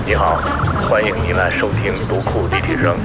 你好，欢迎您来收听读库立体声。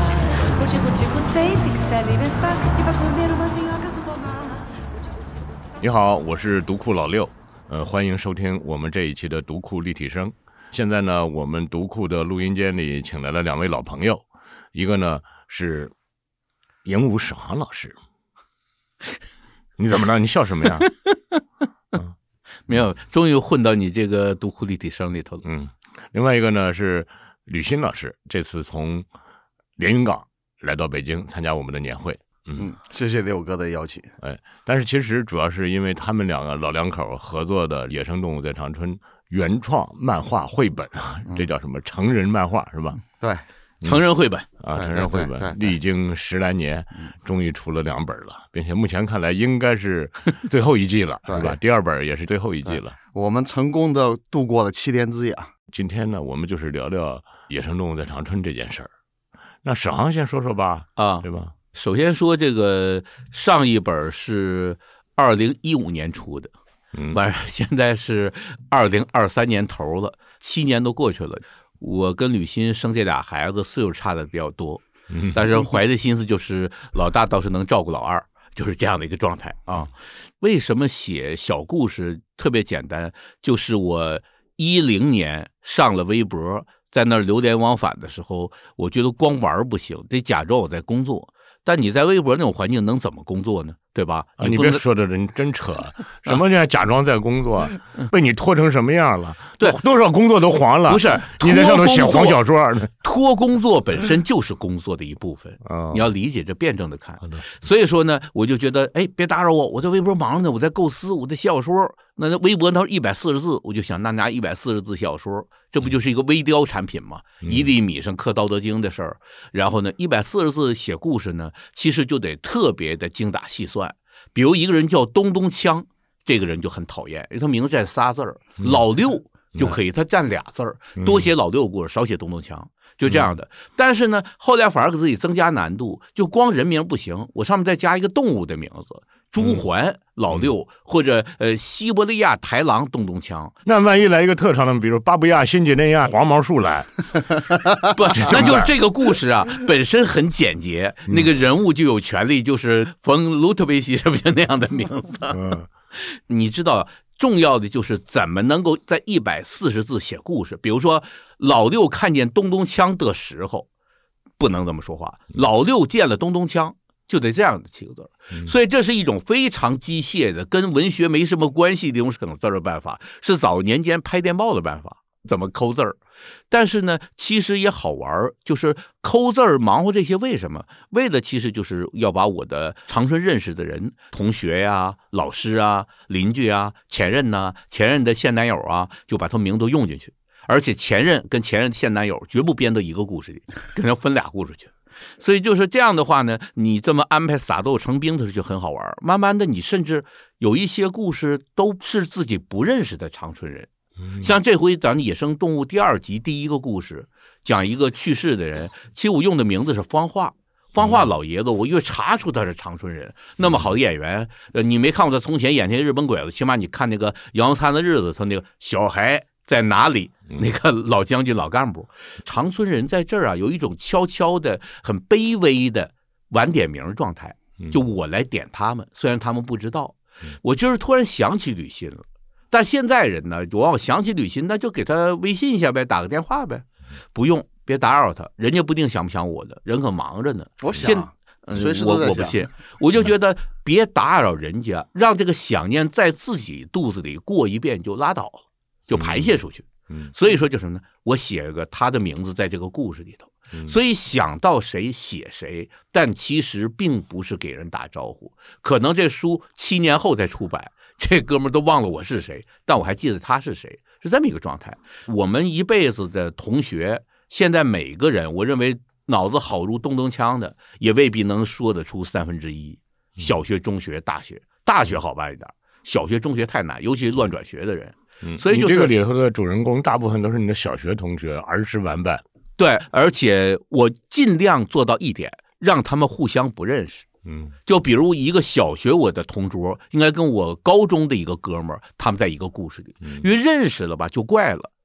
你好，我是读库老六，欢迎收听我们这一期的读库立体声。现在呢，我们读库的录音间里请来了2位老朋友，一个呢是鹦鹉史航老师。你怎么了？你笑什么呀？ 没有，终于混到你这个读库立体声里头了。 另外一个呢是吕欣老师，这次从连云港来到北京参加我们的年会。 谢谢六哥的邀请。 但是其实主要是因为他们2个老两口合作的《野生动物在长春》原创漫画绘本，这叫什么成人漫画是吧？ 对， 成人绘本成人绘本历经10来年，终于出了2本了，并且目前看来应该是最后一季了，是吧？第2本也是最后一季了。 我们成功的度过了7年之痒。 今天呢，我们就是聊聊《野生动物在长春》这件事儿。那史航先说说吧，对吧？ 首先说这个上一本是2015年出的，现在是2023年头了，7年都过去了。我跟吕欣生这俩孩子岁数差的比较多，但是怀的心思就是老大倒是能照顾老二，就是这样的一个状态啊。为什么写小故事特别简单？就是我10年上了微博，在那儿流连忘返的时候，我觉得光玩不行，得假装我在工作。但你在微博那种环境能怎么工作呢？对吧？ 你别说的人真扯，什么叫假装在工作？被你拖成什么样了？ 对， 多少工作都黄了。 不是你在上头写黄小说呢？ 拖工作本身就是工作的一部分，你要理解这辩证的看。所以说呢，我就觉得，别打扰我，我在微博忙着呢，我在构思，我在写小说。那微博那140字，我就想拿140字写小说，这不就是一个微雕产品吗？1粒米上刻《道德经》的事儿。然后呢，140字写故事呢，其实就得特别的精打细算。比如一个人叫东东锵，这个人就很讨厌，因为他名字占仨字儿，老六就可以，他占俩字儿，多写老六故事，少写东东锵，就这样的。但是呢，后来反而给自己增加难度，就光人名不行，我上面再加一个动物的名字，朱鹮老六，或者西伯利亚豺狼东东锵。 那万一来一个特长的，比如巴布亚新几内亚黄毛树懒， 不，那就是这个故事啊本身很简洁，那个人物就有权利，就是冯卢特维希是不是那样的名字？你知道重要的就是怎么能够在140字写故事。比如说老六看见东东锵的时候，不能这么说话，老六见了东东锵就得这样的7个字。所以这是一种非常机械的，跟文学没什么关系的一种省字的办法，是早年间拍电报的办法，怎么抠字儿。但是呢，其实也好玩，就是抠字儿忙活这些，为什么？为的其实就是要把我的长春认识的人，同学呀、老师啊、邻居啊、前任呐、前任的现男友啊，就把他名都用进去。而且前任跟前任的现男友绝不编到一个故事里，可能分俩故事去。所以就是这样的话呢，你这么安排撒豆成兵的时候就很好玩。慢慢的，你甚至有一些故事都是自己不认识的长春人。像这回咱野生动物第2集第1个故事，讲一个去世的人，其实我用的名字是方化老爷子，我越查出他是长春人。那么好的演员，你没看过他从前演那些日本鬼子，起码你看那个杨餐的日子，他那个小孩在哪里，那个老将军老干部，长春人在这儿啊，有一种悄悄的很卑微的晚点名状态，就我来点他们，虽然他们不知道。我今儿突然想起吕欣了，但现在人呢，我想起吕欣，那就给他微信一下呗，打个电话呗，不用，别打扰他，人家不定想不想我的，人可忙着呢。 我想， 我不信，我就觉得别打扰人家，让这个想念在自己肚子里过一遍就拉倒了，就排泄出去。所以说就什么呢？我写个他的名字在这个故事里头，所以想到谁写谁，但其实并不是给人打招呼。可能这书7年后再出版，这哥们都忘了我是谁，但我还记得他是谁，是这么一个状态。我们一辈子的同学，现在每个人，我认为脑子好如东东锵的，也未必能说得出1/3。小学、中学、大学，大学好办一点，小学、中学太难，尤其是乱转学的人。所以就是你这个里头的主人公大部分都是你的小学同学，儿时玩伴。 对，而且我尽量做到一点，让他们互相不认识。就比如一个小学我的同桌应该跟我高中的一个哥们儿，他们在一个故事里，因为认识了吧就怪了，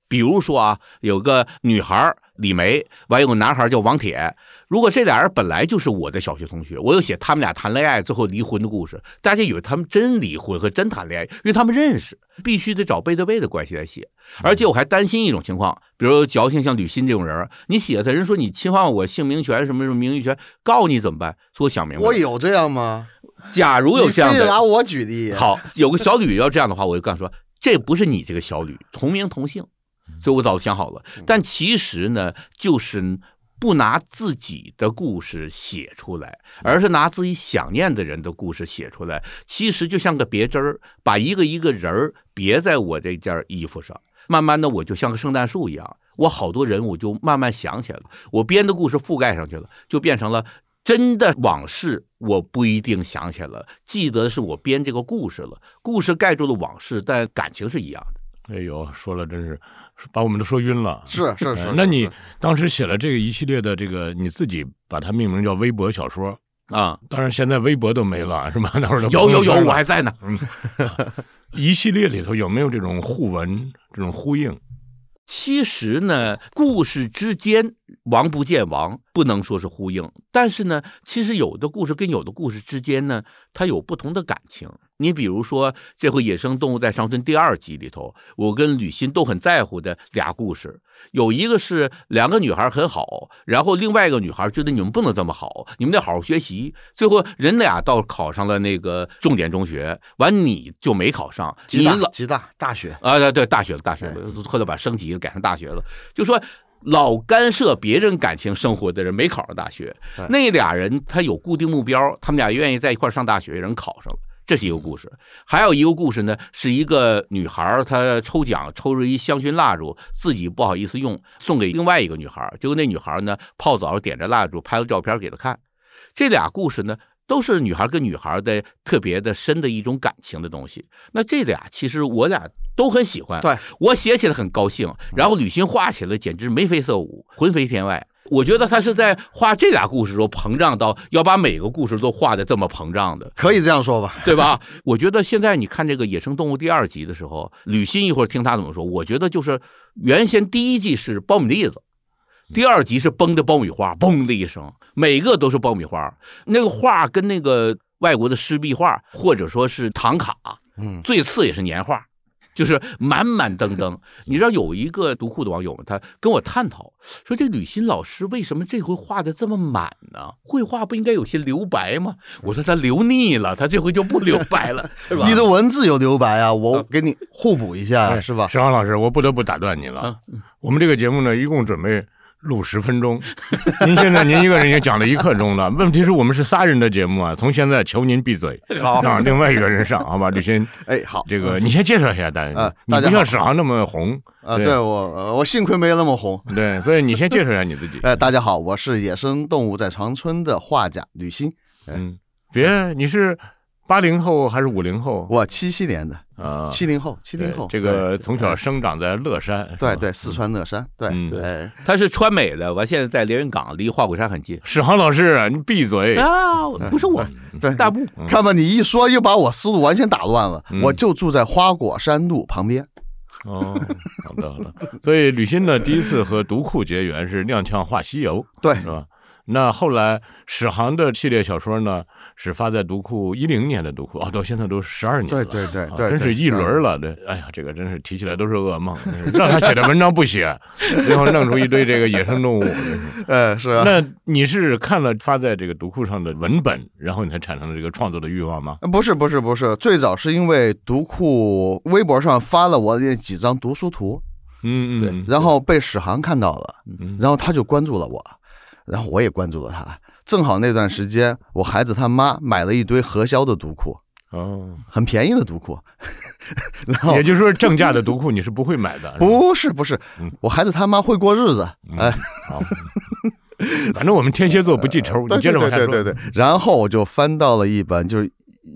比如说啊，有个女孩李梅，完有个男孩叫王铁。如果这俩人本来就是我的小学同学，我又写他们俩谈恋爱最后离婚的故事，大家以为他们真离婚和真谈恋爱，因为他们认识，必须得找背对背的关系来写。而且我还担心一种情况，比如矫情像吕欣这种人，你写的人说你侵犯我姓名权什么什么名誉权，告你怎么办？所以我想明白， 我有这样吗？ 假如有这样的， 你非得拿我举例。 好，有个小吕要这样的话，我就告诉说，这不是你这个小吕，同名同姓。所以我早就想好了，但其实呢，就是不拿自己的故事写出来，而是拿自己想念的人的故事写出来。其实就像个别针儿，把一个一个人儿别在我这件衣服上，慢慢的我就像个圣诞树一样，我好多人我就慢慢想起来了，我编的故事覆盖上去了，就变成了真的往事。我不一定想起来了，记得是我编这个故事了，故事盖住了往事，但感情是一样的。 哎呦，说了真是把我们都说晕了。 是。 那你当时写了这个一系列的这个，你自己把它命名叫微博小说啊？ 当然现在微博都没了，是吧？那会儿有，我还在呢。 一系列里头有没有这种互文、这种呼应？ 其实呢，故事之间王不见王，不能说是呼应，但是呢，其实有的故事跟有的故事之间呢，它有不同的感情。你比如说，这回《野生动物在长春》第2集里头，我跟吕欣都很在乎的俩故事，有一个是2个女孩很好，然后另外一个女孩觉得你们不能这么好，你们得好好学习，最后人俩倒考上了那个重点中学，完你就没考上， 吉大大学啊，对，大学后来把升级改成大学了，就说老干涉别人感情生活的人没考上大学，那俩人他有固定目标，他们俩愿意在一块上大学，人考上了。这是一个故事，还有一个故事呢，是一个女孩她抽奖抽着一香薰蜡烛，自己不好意思用，送给另外一个女孩，结果那女孩呢泡澡点着蜡烛拍了照片给她看。这俩故事呢都是女孩跟女孩的特别的深的一种感情的东西。那这俩其实我俩都很喜欢， 对， 我写起来很高兴，然后吕欣画起来简直眉飞色舞，魂飞天外。我觉得他是在画这俩故事时候膨胀到要把每个故事都画的这么膨胀的， 可以这样说吧， 对吧？我觉得现在你看这个《野生动物》第2集的时候，吕欣一会儿听他怎么说，我觉得就是原先第1季是苞米粒子，第2集是崩的爆米花，嘣的一声，每个都是爆米花。那个画跟那个外国的湿壁画或者说是唐卡，最次也是年画。就是满满登登。你知道有一个读库的网友们，他跟我探讨说，这吕欣老师为什么这回画的这么满呢？绘画不应该有些留白吗？我说他留腻了，他这回就不留白了，是吧？ 你的文字有留白啊，我给你互补一下，是吧？ 石航老师，我不得不打断你了。我们这个节目呢，一共准备录10分钟，您现在您一个人已经讲了1刻钟了。问题是我们是3人的节目啊，从现在求您闭嘴， 好， 让另外一个人上，好吧？吕欣， 哎，好， 这个你先介绍一下大家，你不像史航那么红啊，对我幸亏没那么红， 对，所以你先介绍一下你自己。 大家好，我是野生动物在长春的画家吕欣。 别，你是80后还是50后？ 我77年的啊 ，70后。 这个从小生长在乐山， 对，四川乐山，对， 他是川美的，完现在在连云港，离花果山很近。 史航老师，你闭嘴啊！不是我， 对， 大步， 看吧，你一说又把我思路完全打乱了。我就住在花果山路旁边。 哦，好的。所以吕欣呢，第一次和读库结缘是踉跄画西游， 对， 是吧？那后来史航的系列小说呢，是发在读库10年的读库，到现在都12年了， 对， 真是一轮了。对，哎呀，这个真是提起来都是噩梦，让他写的文章不写，最后弄出一堆这个野生动物。 是啊。 那你是看了发在这个读库上的文本，然后你才产生了这个创作的欲望吗？ 不是，最早是因为读库微博上发了我那几张读书图， 对， 然后被史航看到了，然后他就关注了我。然后我也关注了他，正好那段时间我孩子他妈买了一堆核销的读库，很便宜的读库，然后也就是说正价的读库你是不会买的？ 不是，我孩子他妈会过日子， 好，反正我们天蝎座不记仇，你接着往下说。 对，然后我就翻到了一本就是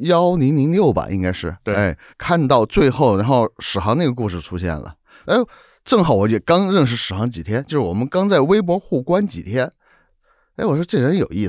1006吧，应该是， 对， 看到最后，然后史航那个故事出现了，正好我也刚认识史航几天，就是我们刚在微博互关几天。我说这人有意思啊，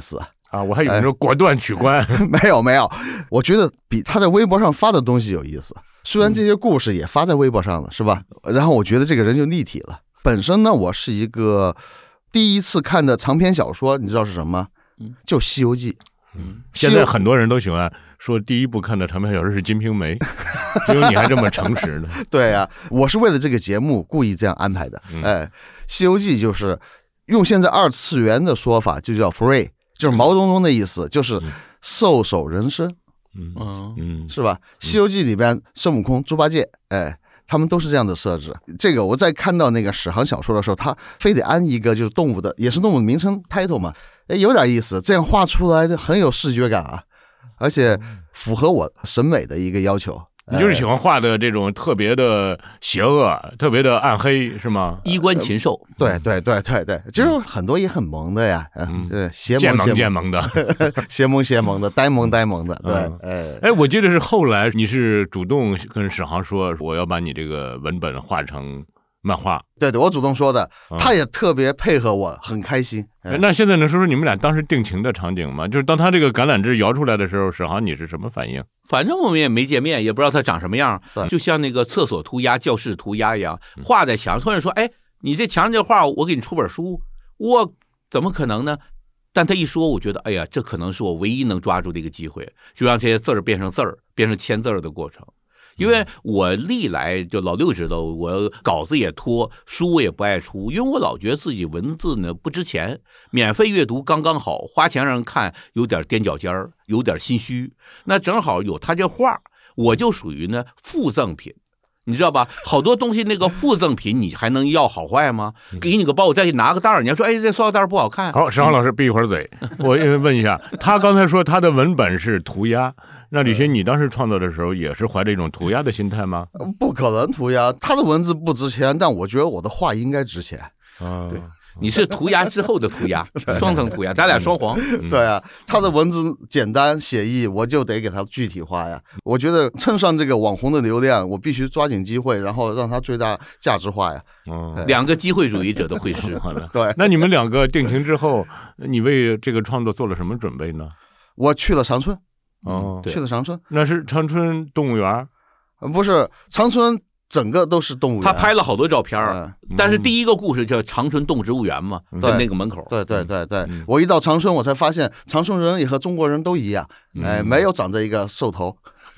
啊，我还以为说果断取关。 没有，我觉得比他在微博上发的东西有意思。虽然这些故事也发在微博上了，是吧？然后我觉得这个人就立体了。本身呢，我是一个第一次看的长篇小说，你知道是什么？就《西游记》。 现在很多人都喜欢说第一部看的长篇小说是《金瓶梅》，只有你还这么诚实呢。 对呀，我是为了这个节目故意这样安排的。《西游记》就是用现在2次元的说法，就叫 free， 就是毛泽东的意思，就是兽首人身，是吧？《西游记》里边孙悟空、猪八戒，他们都是这样的设置。这个我在看到那个史航小说的时候，他非得安一个就是动物的，也是动物的名称 title 嘛，有点意思，这样画出来的很有视觉感啊，而且符合我审美的一个要求。 你就是喜欢画的这种特别的邪恶、特别的暗黑，是吗？ 衣冠禽兽， 对，就是很多也很萌的呀，邪萌的， 邪萌的，呆萌的，对， 我记得是后来你是主动跟史航说，我要把你这个文本画成漫画。对， 我主动说的，他也特别配合我，很开心。 那现在能说说你们俩当时定情的场景吗？就是当他这个橄榄枝摇出来的时候，史航你是什么反应？ 反正我们也没见面，也不知道他长什么样，就像那个厕所涂鸦、教室涂鸦一样，画在墙。突然说：“哎，你这墙上这画，我给你出本书。”我怎么可能呢？但他一说，我觉得，哎呀，这可能是我唯一能抓住的一个机会，就让这些字儿变成字儿，变成签字儿的过程。因为我历来就老六知道，我稿子也拖，书我也不爱出，因为我老觉得自己文字呢不值钱，免费阅读刚刚好，花钱让人看有点踮脚尖儿，有点心虚。那正好有他这画，我就属于呢附赠品，你知道吧？好多东西那个附赠品你还能要好坏吗？给你个包，我再去拿个袋儿，你要说哎这塑料袋不好看。 好，史航老师闭一会儿嘴，我问一下，他刚才说他的文本是涂鸦。那吕欣，你当时创作的时候也是怀着一种涂鸦的心态吗？ 不可能涂鸦，他的文字不值钱，但我觉得我的画应该值钱。 对，你是涂鸦之后的涂鸦，双层涂鸦，咱俩双黄。 对啊，他的文字简单写意，我就得给他具体化呀。我觉得蹭上这个网红的流量，我必须抓紧机会，然后让他最大价值化呀。 两个机会主义者的会师。 对， 那你们两个定情之后，你为这个创作做了什么准备呢？ 我去了长春。 去了长春， 那是长春动物园？ 不是，长春整个都是动物园。 他拍了好多照片，但是第一个故事叫长春动植物园嘛，在那个门口。 对，我一到长春，我才发现长春人也和中国人都一样，没有长着一个兽头。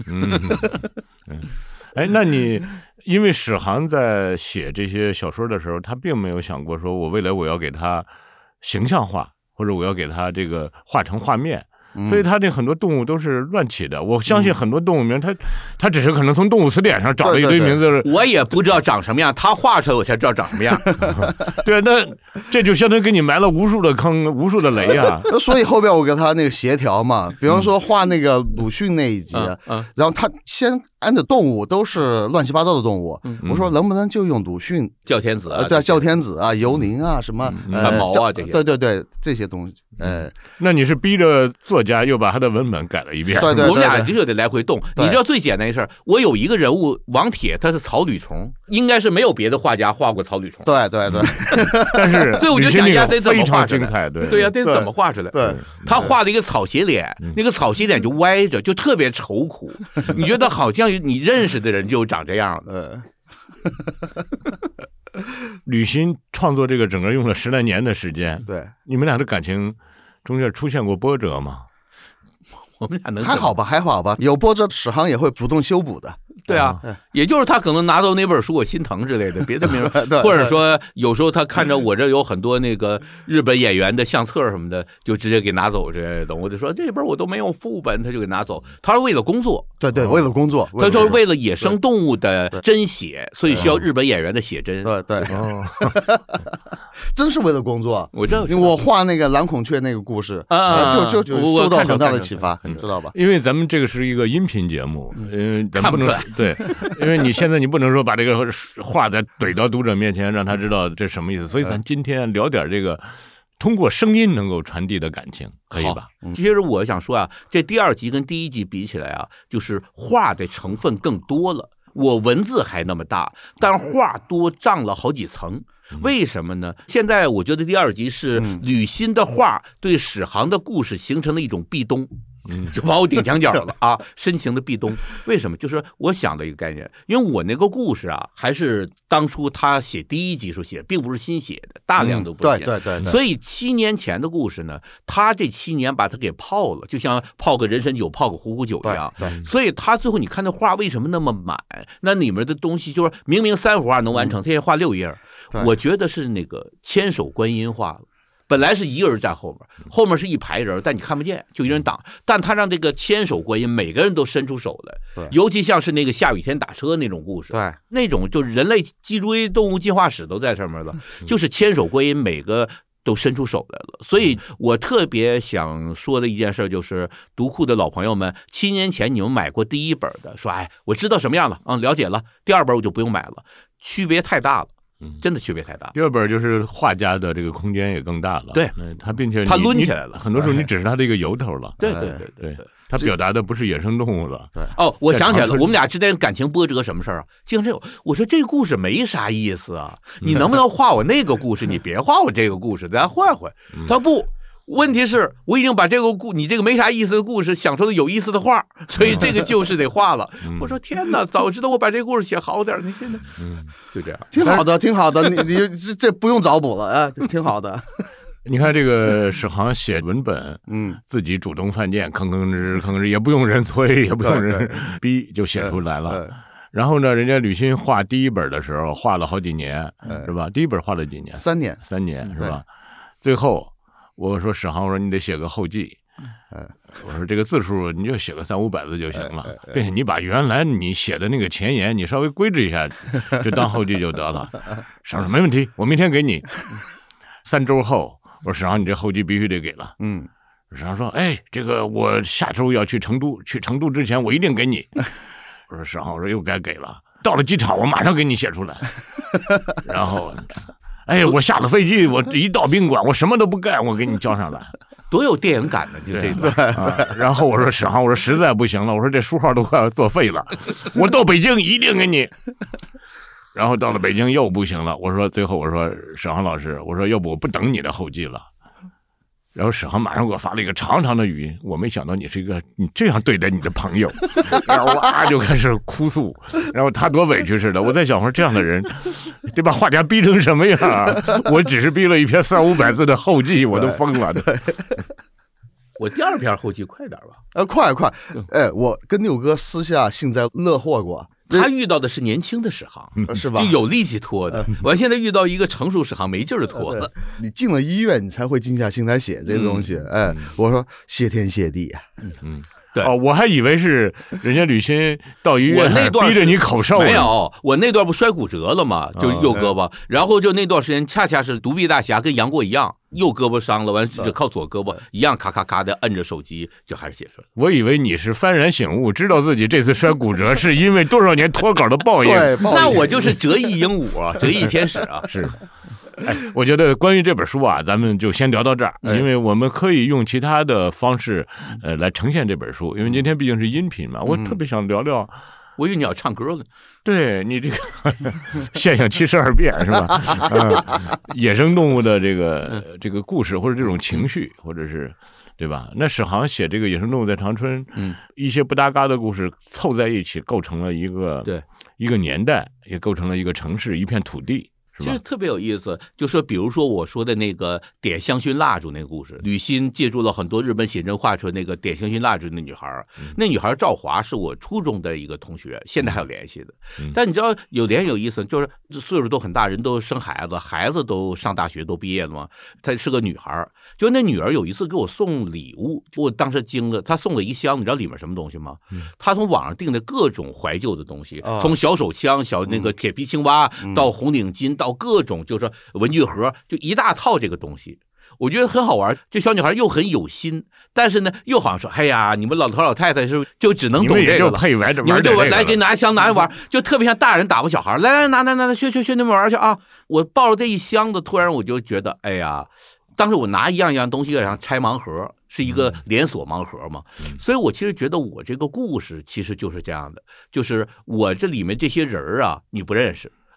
那你因为史航在写这些小说的时候，他并没有想过说我未来我要给他形象化，或者我要给他这个画成画面。所以他这很多动物都是乱起的，我相信很多动物名他只是可能从动物词典上找了一堆名字， 我也不知道长什么样，他画出来我才知道长什么样。 对，那这就相当于给你埋了无数的坑，无数的雷啊。 所以后边我给他那个协调嘛，比方说画那个鲁迅那一集，然后他先安的动物都是乱七八糟的动物，我说能不能就用鲁迅叫天子啊， 对，叫天子啊，游灵啊，什么汗毛啊这些， 对这些东西。 那你是逼着作家又把他的文本改了一遍？ 对， 我们俩就得来回动。你知道最简单的事儿，我有一个人物王铁，他是草履虫，应该是没有别的画家画过草履虫。 对， 但是所以我就想呀，得怎么画出来？ 对呀，得怎么画出来？ 对， 他画了一个草鞋脸，那个草鞋脸就歪着，就特别愁苦。你觉得好像你认识的人就长这样了。 吕欣创作这个整个用了10来年的时间， 对， 你们俩的感情中间出现过波折吗？ 我们俩能还好吧，有波折史航也会主动修补的。 对啊，也就是他可能拿到那本书我心疼之类的，别的没有。或者说有时候他看着我这有很多那个日本演员的相册什么的，就直接给拿走之类的，我就说这本我都没有副本，他就给拿走。他是为了工作， 对，为了工作， 他就是为了野生动物的真写，所以需要日本演员的写真。 对，真是为了工作。 我知道， 我画那个蓝孔雀那个故事就受到很大的启发，知道吧？ 因为咱们这个是一个音频节目，咱不能对，因为你现在你不能说把这个话再怼到读者面前，让他知道这什么意思。所以咱今天聊点这个通过声音能够传递的感情，可以吧？ 其实我想说啊，这第2集跟第1集比起来啊，就是画的成分更多了。我文字还那么大，但画多占了好几层。 为什么呢？现在我觉得第2集是吕欣的画对史航的故事形成了一种壁咚。就把我顶墙角了啊！深情的壁咚，为什么？就是我想的一个概念，因为我那个故事啊，还是当初他写第1集时候写，并不是新写的，大量都不是写的。 对。 所以7年前的故事呢，他这7年把它给泡了，就像泡个人参酒、泡个虎骨酒一样。所以他最后你看那画为什么那么满？那里面的东西就是明明3幅画能完成，他也画6页。我觉得是那个千手观音画了。本来是一个人站后面，后面是一排人，但你看不见，就一人挡。但他让这个千手观音每个人都伸出手来，尤其像是那个下雨天打车那种故事， 对， 那种就是人类脊椎动物进化史都在上面了，就是千手观音每个都伸出手来了。所以我特别想说的一件事就是，读库的老朋友们，7年前你们买过第1本的，说哎，我知道什么样了，了解了，第2本我就不用买了，区别太大了。真的区别太大。 第2本就是画家的这个空间也更大了， 对， 他并且他抡起来了， 很多时候你只是他的一个由头了， 对， 他表达的不是野生动物了。 对， 我想起来了，我们俩之间感情波折什么事儿啊？经常我说这个故事没啥意思啊，你能不能画我那个故事？你别画我这个故事，咱换。他说不。问题是我已经把你这个没啥意思的故事想出了有意思的画，所以这个就是得画了。我说天哪，早知道我把这个故事写好点，你现在就这样， 挺好的，你这不用找补了，挺好的。 你看这个史航写文本，自己主动犯贱，吭哧，也不用人催，也不用人逼，就写出来了。然后呢，人家吕欣画第1本的时候画了好几年，是吧？第1本画了几年？3年，是吧？最后。我说史航，我说你得写个后记，我说这个字数你就写个300-500字就行了，并且你把原来你写的那个前言你稍微规制一下，就当后记就得了。史航说没问题，我明天给你。3周后，我说史航你这后记必须得给了。史航说哎，这个我下周要去成都，去成都之前我一定给你。我说史航，我说又该给了，到了机场我马上给你写出来。然后。哎，我下了飞机，我一到宾馆，我什么都不干，我给你交上来， 多有电影感呢！就这段。 然后我说史航，我说实在不行了，我说这书号都快要作废了，我到北京一定给你。然后到了北京又不行了，我说最后我说史航老师，我说要不我不等你的后记了。然后史航马上给我发了一个长长的语音，我没想到你这样对待你的朋友，然后我就开始哭诉，然后他多委屈似的。我在想说这样的人，得把画家逼成什么样啊？我只是逼了一篇300-500字的后记，我都疯了。 我第2篇后记快点吧。 快！我跟六哥私下幸灾乐祸过。 他遇到的是年轻的史航， 是吧？ 就有力气拖的。我现在遇到一个成熟史航，没劲儿拖了。 你进了医院，你才会静下心来写这个东西。我说谢天谢地啊。 对我还以为是人家吕欣到医院逼着你口授。 没有，我那段不摔骨折了吗？就右胳膊，然后就那段时间恰恰是独臂大侠跟杨过一样，右胳膊伤了，完就靠左胳膊一样咔咔咔的摁着手机，就还是写出来。 我以为你是幡然醒悟，知道自己这次摔骨折是因为多少年脱稿的报应。 那我就是折翼鹦鹉啊，折翼天使啊。 是。我觉得关于这本书啊，咱们就先聊到这儿，因为我们可以用其他的方式来呈现这本书，因为今天毕竟是音频嘛，我特别想聊聊。 我以为你要唱歌了， 对你这个现象72变是吧？野生动物的这个故事或者这种情绪，或者是对吧？那史航写这个野生动物在长春，一些不搭嘎的故事凑在一起，构成了一个年代，也构成了一个城市，一片土地。 其实特别有意思，就说比如说我说的那个点香薰蜡烛那个故事，吕欣借助了很多日本写真画出那个点香薰蜡烛那女孩，那女孩赵华是我初中的一个同学，现在还有联系的。但你知道有点有意思，就是岁数都很大，人都生孩子，孩子都上大学都毕业了嘛，她是个女孩。就那女儿有一次给我送礼物，我当时惊了，她送了一箱，你知道里面什么东西吗？她从网上订的各种怀旧的东西，从小手枪、小那个铁皮青蛙到红领巾到各种就是文具盒，就一大套这个东西，我觉得很好玩。这小女孩又很有心，但是呢又好像说，哎呀，你们老头老太太是就只能懂这个了，你们就来给拿箱拿着玩，就特别像大人打发小孩，来拿去你们玩去啊！我抱着这一箱子，突然我就觉得，哎呀，当时我拿一样东西上拆盲盒，是一个连锁盲盒嘛，所以我其实觉得我这个故事其实就是这样的，就是我这里面这些人啊，你不认识。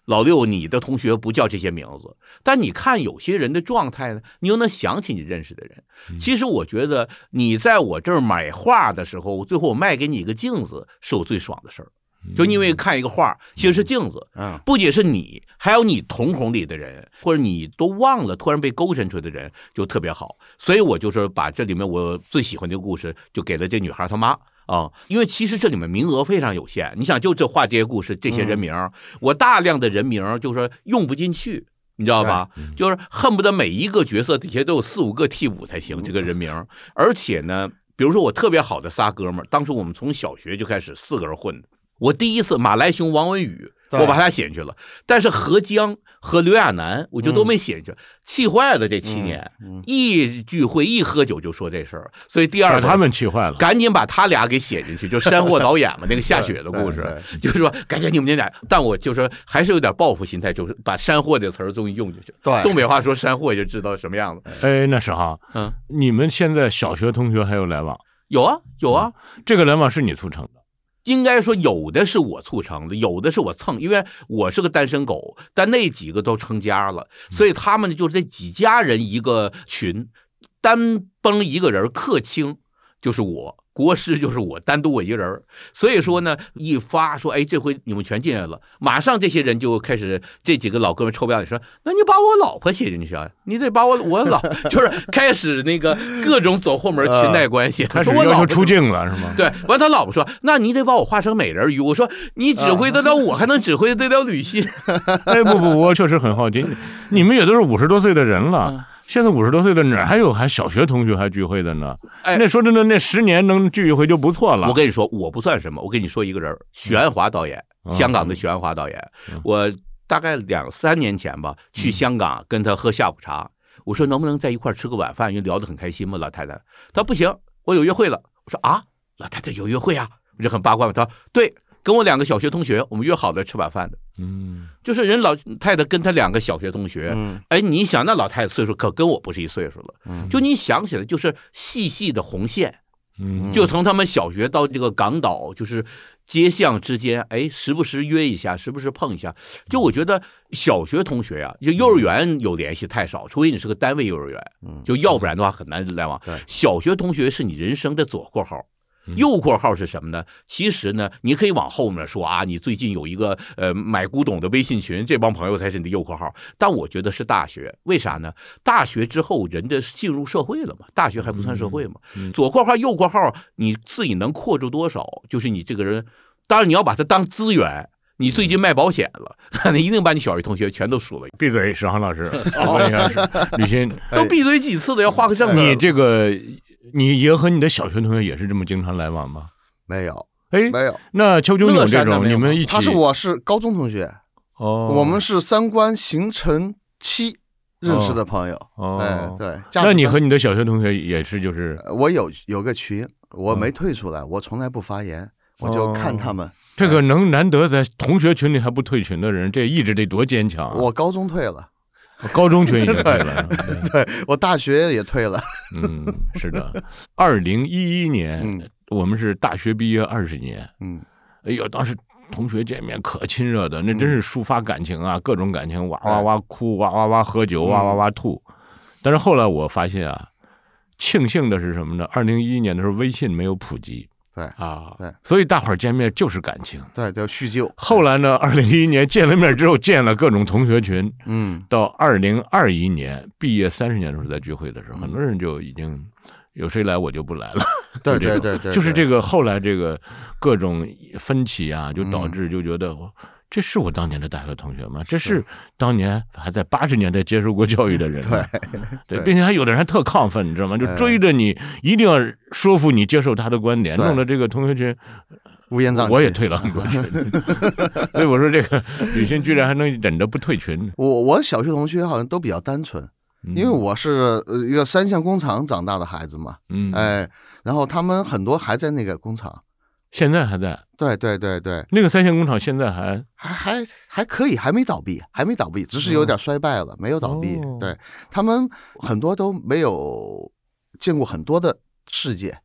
老六，你的同学不叫这些名字，但你看有些人的状态呢，你又能想起你认识的人。其实我觉得你在我这儿买画的时候，最后我卖给你一个镜子，是我最爽的事儿。就因为看一个画，其实是镜子，不仅是你，还有你瞳孔里的人，或者你都忘了突然被勾陈出来的人，就特别好。所以我就是把这里面我最喜欢的故事，就给了这女孩她妈。因为其实这里面名额非常有限，你想就这画这些故事，这些人名，我大量的人名就是说用不进去，你知道吧？就是恨不得每一个角色底下都有4、5个替补才行，这个人名。而且呢，比如说我特别好的仨哥们儿，当时我们从小学就开始4个人混的。我第一次马来雄、王文宇，我把他写进去了，但是何江和刘亚楠我就都没写进去，气坏了。这7年，一聚会一喝酒就说这事儿，所以第二他们气坏了， 赶紧把他俩给写进去，就山货导演嘛，那个下雪的故事，就是说赶紧你们俩，但我就是还是有点报复心态，就是把山货这词儿终于用进去。 对， 东北话说山货就知道什么样子。 哎，那是哈，你们现在小学同学还有来往？ 有啊，有啊， 这个来往是你促成的。 应该说有的是我促成的，有的是我蹭，因为我是个单身狗，但那几个都成家了，所以他们就是这几家人一个群，单崩一个人客卿就是我，国师就是我，单独我一个人。所以说呢，一发说，哎，这回你们全进来了，马上这些人就开始，这几个老哥们臭不要脸说，那你把我老婆写进去啊，你得把我老，就是开始那个各种走后门裙带关系， 开始要求出镜了是吗？ 对，完他老婆说，那你得把我画成美人鱼。我说你指挥得了我，还能指挥得了吕信？ 哎，不，我确实很好奇，你们也都是50多岁的人了。现在50多岁的哪还有小学同学还聚会的呢？那说真的，那10年能聚一回就不错了。 我跟你说，我不算什么。我跟你说一个人，许鞍华导演，香港的许鞍华导演。我大概2、3年前吧，去香港跟他喝下午茶。我说能不能在一块吃个晚饭？因为聊得很开心嘛，老太太。他说不行，我有约会了。我说啊，老太太有约会啊？我就很八卦嘛。他说对，跟我2个小学同学，我们约好了吃晚饭的。就是人老太太跟他2个小学同学，哎，你想那老太太岁数可跟我不是一岁数了，就你想起来就是细细的红线，就从他们小学到这个港岛，就是街巷之间，哎，时不时约一下，时不时碰一下。就我觉得小学同学啊，就幼儿园有联系太少，除非你是个单位幼儿园，就要不然的话很难来往。小学同学是你人生的左括号。右括号是什么呢？其实呢，你可以往后面说啊，你最近有一个买古董的微信群，这帮朋友才是你的右括号。但我觉得是大学，为啥呢？大学之后人家进入社会了嘛，大学还不算社会嘛。左括号右括号，你自己能扩住多少？就是你这个人，当然你要把它当资源。你最近卖保险了，那一定把你小学同学全都数了。 闭嘴，史航老师，问一下吕欣， 都闭嘴几次了，要画个正。 你这个。你也和你的小学同学也是这么经常来往吗？ 没有， 哎， 没有。 那邱炯炯这种，你们一起？ 我是高中同学，我们是3观形成期认识的朋友。对。 那你和你的小学同学也是，就是我有个群，我没退出来，我从来不发言，我就看他们。 这个难得在同学群里还不退群的人，这意志得多坚强啊！ 我高中退了。 高中群已经退了， 对，我大学也退了。 是的。2011年，我们是大学毕业20年。哎呦，当时同学见面可亲热的，那真是抒发感情啊，各种感情，哇哇哇哭，哇哇哇喝酒，哇哇哇吐。但是后来我发现啊，庆幸的是什么呢？2011年的时候，微信没有普及。 对， 所以大伙儿见面就是感情， 对，叫叙旧。 后来呢，2011年见了面之后，建了各种同学群，到2021年毕业30年的时候，在聚会的时候，很多人就已经有谁来我就不来了。 对， 就是这个后来这个各种分歧啊，就导致就觉得这是我当年的大学同学吗？这是当年还在80年代接受过教育的人吗？对，并且还有的人还特亢奋，你知道吗？就追着你，一定要说服你接受他的观点，弄得这个同学群乌烟瘴气。 我也退了很多群，所以我说这个吕欣居然还能忍着不退群。 我小学同学好像都比较单纯，因为我是一个3项工厂长大的孩子嘛，然后他们很多还在那个工厂。 现在还在， 对， 那个3线工厂现在还可以，还没倒闭，只是有点衰败了，没有倒闭。对，他们很多都没有见过很多的世界，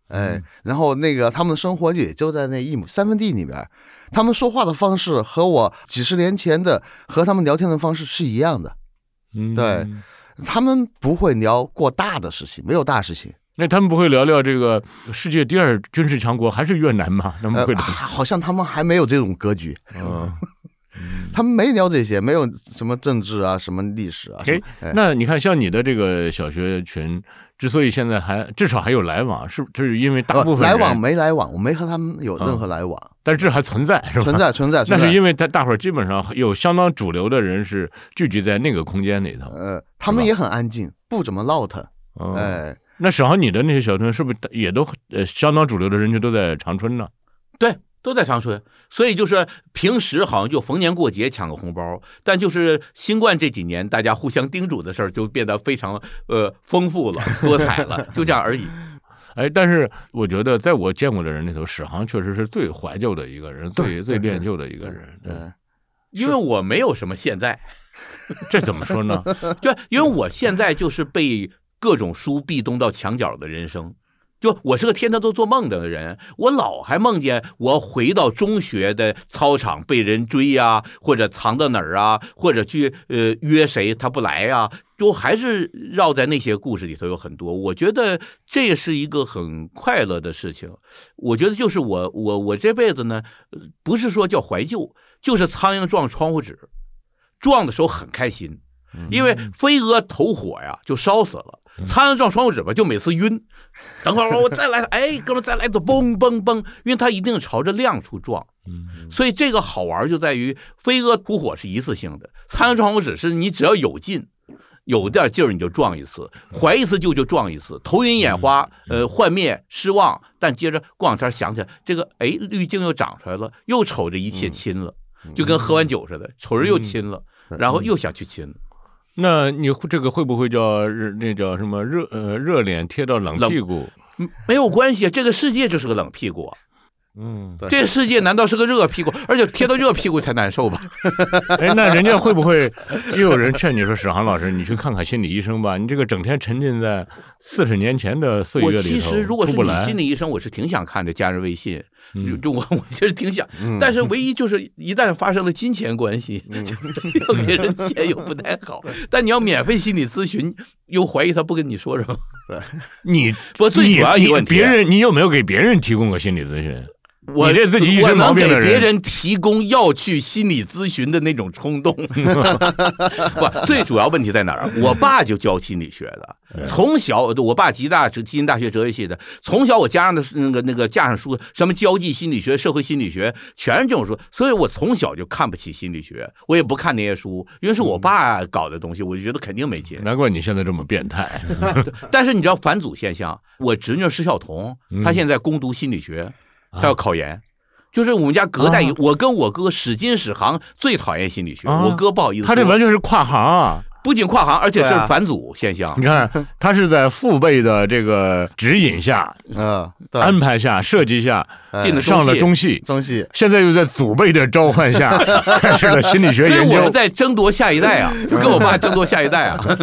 然后那个他们的生活也就在那1/3里边，他们说话的方式和我几十年前的和他们聊天的方式是一样的，对，他们不会聊过大的事情，没有大事情。 那他们不会聊聊这个世界第2军事强国还是越南吗？他们会好像他们还没有这种格局。他们没聊这些，没有什么政治啊，什么历史啊。 那你看，像你的这个小学群，之所以现在至少还有来往，是因为大部分来往没来往，我没和他们有任何来往， 但是这还存在，是吧？ 存在。 那是因为大伙儿基本上有相当主流的人是聚集在那个空间里头。 他们也很安静，不怎么闹腾。 那史航，你的那些小村是不是也都相当主流的人群都在长春呢？ 对。都在长春，所以就是平时好像就逢年过节抢个红包，但就是新冠这几年大家互相叮嘱的事儿就变得非常丰富了、多彩了，就这样而已。 但是我觉得在我见过的人里头，史航确实是最怀旧的一个人，最恋旧的一个人。 因为我没有什么现在， 这怎么说呢？ 对，因为我现在就是被各种书壁咚到墙角的人生。就我是个天天都做梦的人，我老还梦见我回到中学的操场被人追啊，或者藏到哪儿啊，或者去约谁他不来啊，就还是绕在那些故事里头有很多。我觉得这也是一个很快乐的事情。我觉得就是我这辈子呢，不是说叫怀旧，就是苍蝇撞窗户纸，撞的时候很开心。因为飞蛾投火呀，就烧死了；苍蝇撞窗户纸吧，就每次晕。等会儿我再来，哥们再来就嘣嘣嘣，因为它一定朝着亮处撞。所以这个好玩就在于飞蛾扑火是一次性的，苍蝇撞窗户纸是你只要有劲。有点劲儿你就撞一次，怀一次就撞一次，头晕眼花，幻灭失望，但接着过两天想起来这个，滤镜又长出来了，又瞅着一切亲了，就跟喝完酒似的，瞅着又亲了，然后又想去亲。 那你这个会不会那叫什么热脸贴到冷屁股？ 没有关系，这个世界就是个冷屁股。这个世界难道是个热屁股？而且贴到热屁股才难受吧？ 那人家会不会又有人劝你说，史航老师，你去看看心理医生吧？你这个整天沉浸在40年前的岁月里头， 其实如果是你心理医生，我是挺想看的，加人微信。我其实挺想，但是唯一就是一旦发生了金钱关系，要给人钱又不太好。但你要免费心理咨询，又怀疑他不跟你说什么。不最主要一个问题， 你有没有给别人提供过心理咨询？ 我这自己一身毛病的人， 我能给别人提供要去心理咨询的那种冲动。不，最主要问题在哪儿？我爸就教心理学的，从小我爸吉林大学哲学系的，从小我家上的那个架上书，什么交际心理学、社会心理学，全是这种书，所以我从小就看不起心理学，我也不看那些书，因为是我爸搞的东西，我就觉得肯定没劲。 难怪你现在这么变态。 但是你知道反祖现象，我侄女施晓彤，她现在攻读心理学。他要考研，就是我们家隔代，我跟我哥史今史航最讨厌心理学，我哥不好意思说， 他这完全是跨行啊， 不仅跨行，而且是反祖现象。 你看，他是在父辈的这个指引下，安排下、设计下，上了中戏，现在又在祖辈的召唤下，开始了心理学研究。 所以我们在争夺下一代啊，就跟我爸争夺下一代啊。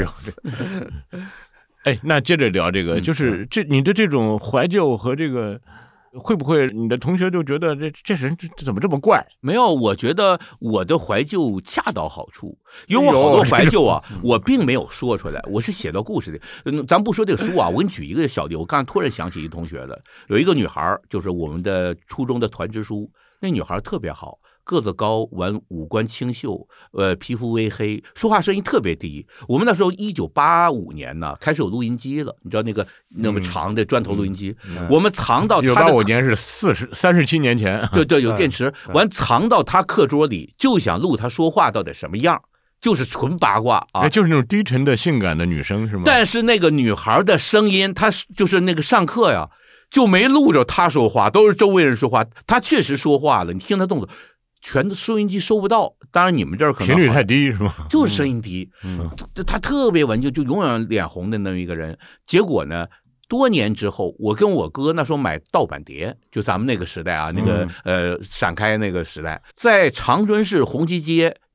那接着聊这个，就是你的这种怀旧和这个。会不会你的同学就觉得这人这怎么这么怪？ 没有，我觉得我的怀旧恰到好处，因为我好多怀旧啊，我并没有说出来，我是写到故事里。咱不说这个书啊，我给你举一个小例，我刚才突然想起一同学的，有一个女孩，就是我们的初中的团支书，那女孩特别好。个子高，五官清秀，皮肤微黑，说话声音特别低。我们那时候1985年呢，开始有录音机了，你知道那么长的砖头录音机，我们藏到他的 1985年是37年前， 对，有电池，藏到他课桌里，就想录他说话到底什么样。就是纯八卦啊， 就是那种低沉的性感的女生是吗？ 但是那个女孩的声音，她就是那个上课呀，就没录着她说话，都是周围人说话。她确实说话了，你听她动作。全的收音机收不到，当然你们这儿可能频率太低是吗？ 就是声音低，他特别文静，就永远脸红的那么一个人。结果呢，多年之后，我跟我哥那时候买盗版碟，就咱们那个时代啊，那个闪开那个时代，在长春市红旗街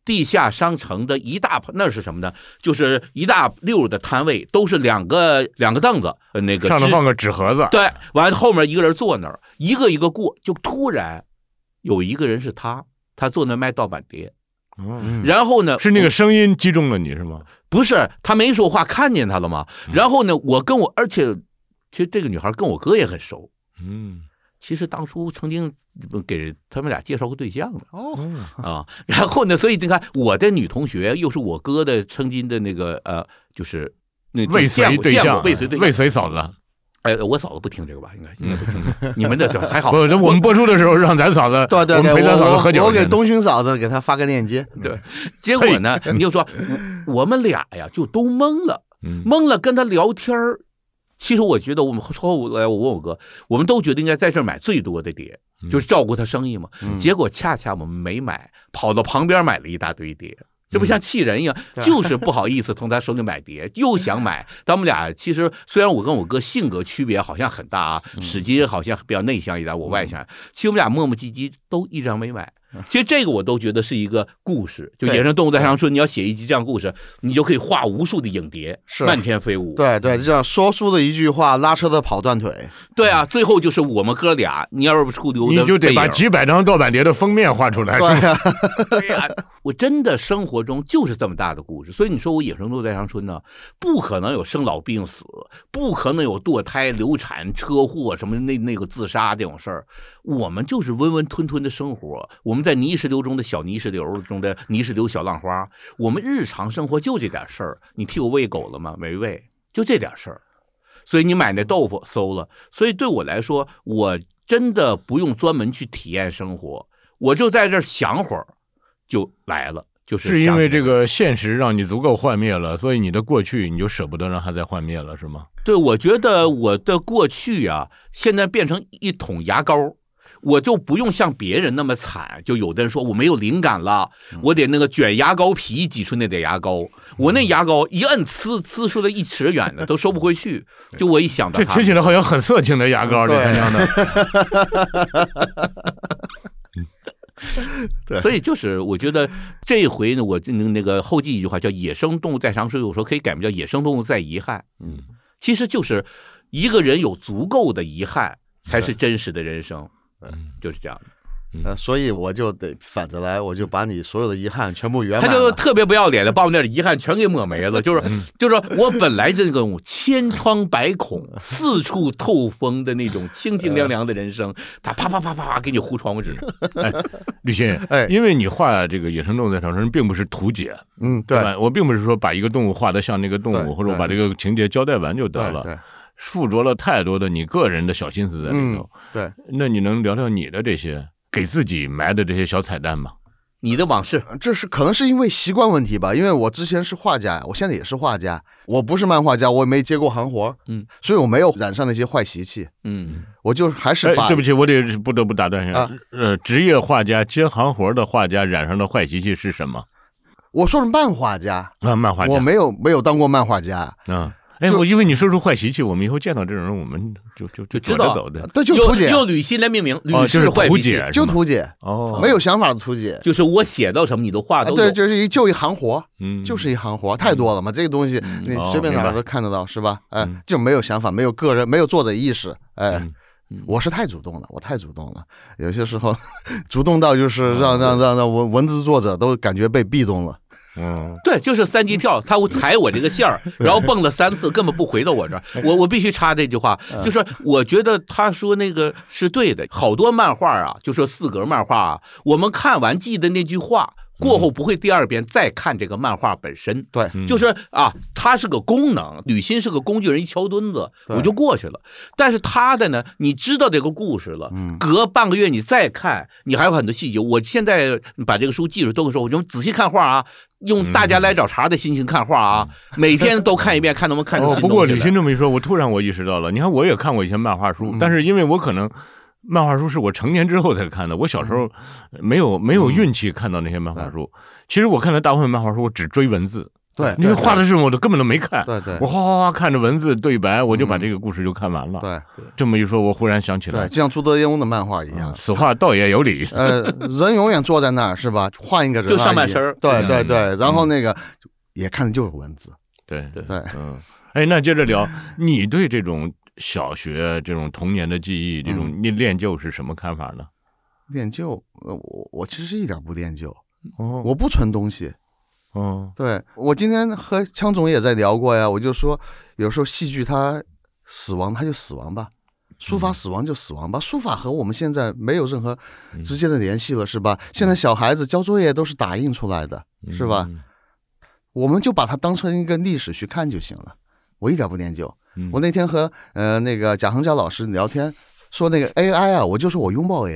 地下商城的那是什么呢？就是一大溜的摊位，都是两个凳子，那个上头放个纸盒子， 对，完了后面一个人坐那儿，一个一个过，就突然有一个人是他坐那卖盗版碟。然后呢？ 是那个声音击中了你是吗？ 不是，他没说话，看见他了吗？然后呢，而且其实这个女孩跟我哥也很熟。其实当初曾经给他们俩介绍过对象的。然后呢，所以你看，我的女同学又是我哥的曾经的那个就是那未遂对象， 未遂嫂子。 我嫂子不听这个吧？应该不听。你们的还好。 不，我们播出的时候让咱嫂子， 对， 我们陪咱嫂子喝酒。 我给东勋嫂子给他发个链接。 对，结果呢，你就说我们俩呀就都懵了，跟他聊天儿。其实我觉得我们后来我问我哥，我们都觉得应该在这儿买最多的碟，就是照顾他生意嘛。结果恰恰我们没买，跑到旁边买了一大堆碟。这不像气人一样，就是不好意思从他手里买碟，又想买。但我们俩其实虽然我跟我哥性格区别好像很大啊，史基好像比较内向一点，我外向。其实我们俩磨磨唧唧，都一张没买。其实这个我都觉得是一个故事，就野生动物在长春，你要写一集这样故事，你就可以画无数的影碟，漫天飞舞。 对，就像说书的一句话，拉车的跑断腿。 对啊，最后就是我们哥俩，你要是不出流， 你就得把几百张盗版碟的封面画出来。 对呀，我真的生活中就是这么大的故事，所以你说我野生动物在长春呢，不可能有生老病死，不可能有堕胎、流产、车祸什么那个自杀这种事儿，我们就是温温吞吞的生活，我们在泥石流中的小泥石流中的泥石流小浪花，我们日常生活就这点事儿。你替我喂狗了吗？没喂，就这点事儿。所以你买那豆腐馊了，所以对我来说，我真的不用专门去体验生活，我就在这儿想会儿就来了。 是因为这个现实让你足够幻灭了，所以你的过去你就舍不得让它再幻灭了，是吗？ 对，我觉得我的过去啊，现在变成一桶牙膏，我就不用像别人那么惨。就有的人说我没有灵感了，我得那个卷牙膏皮挤出那点牙膏，我那牙膏一摁呲出来1尺远的都收不回去。就我一想到这听起来好像很色情的牙膏，这样的。 所以就是我觉得这一回呢，我那个后记一句话叫野生动物在长春，有时候可以改名叫野生动物在遗憾。其实就是一个人有足够的遗憾才是真实的人生。就是这样。 所以我就得反着来，我就把你所有的遗憾全部圆满了。 他就特别不要脸的把我那遗憾全给抹没了，就是我本来这种千疮百孔、四处透风的那种清清凉凉的人生，他啪啪啪啪啪给你糊窗户纸。 吕鑫，因为你画这个野生动物在长春并不是图解，对吧？我并不是说把一个动物画得像那个动物，或者把这个情节交代完就得了。对，附着了太多的你个人的小心思在里头。 对， 那你能聊聊你的这些给自己埋的这些小彩蛋吗？ 你的往事， 这是可能是因为习惯问题吧，因为我之前是画家，我现在也是画家，我不是漫画家，我也没接过行活，所以我没有染上那些坏习气，我就还是把， 对不起，我不得不打断一下，职业画家接行活的画家染上的坏习气是什么？ 我说是漫画家啊，漫画家， 我没有当过漫画家我因为你说出坏习气，我们以后见到这种人，我们就知道走的。 对，就图解， 用吕鑫来命名，吕氏坏脾气， 就图解，没有想法的图解， 就是我写到什么你都画都有。 对，这是就一行活，就是一行活，太多了嘛，这个东西你随便哪儿都看得到，是吧？就没有想法，没有个人，没有作者意识，我是太主动了，我太主动了，有些时候主动到就是让文字作者都感觉被壁咚了。 对，就是3级跳，他踩我这个线儿，然后蹦了3次，根本不回到我这儿。我必须插这句话，就是我觉得他说那个是对的。好多漫画啊，就说4格漫画啊，我们看完记得那句话。过后不会第2遍再看这个漫画本身， 对， 就是它是个功能，吕鑫是个工具人，一敲墩子我就过去了。但是他的呢，你知道这个故事了，隔半个月你再看，你还有很多细节。我现在把这个书记住，都说我就仔细看画啊，用大家来找茬的心情看画啊，每天都看一遍，看能不能看出新东西来。 不过吕鑫这么一说，我突然意识到了，你看我也看过一些漫画书，但是因为我可能。漫画书是我成年之后才看的，我小时候没有运气看到那些漫画书。其实我看的大部分漫画书，我只追文字， 对， 那个画的是我根本都没看， 对对， 我哗看着文字对白，我就把这个故事就看完了。 对， 这么一说，我忽然想起来， 对，就像朱德庸的漫画一样， 此话倒也有理。 人永远坐在那儿是吧？换一个人就上半身， 对对对，然后那个也看的就是文字， 对对， 哎，那接着聊，你对这种小学这种童年的记忆，这种你练就是什么看法呢？ 练就，我其实一点不练就，我不存东西。对，我今天和枪总也在聊过呀，我就说有时候戏剧它死亡它就死亡吧，书法死亡就死亡吧，书法和我们现在没有任何直接的联系了，是吧？现在小孩子交作业都是打印出来的，是吧？我们就把它当成一个历史去看就行了。我一点不念旧。我那天和那个贾恒佳老师聊天，说那个 AI 啊，我就说我拥抱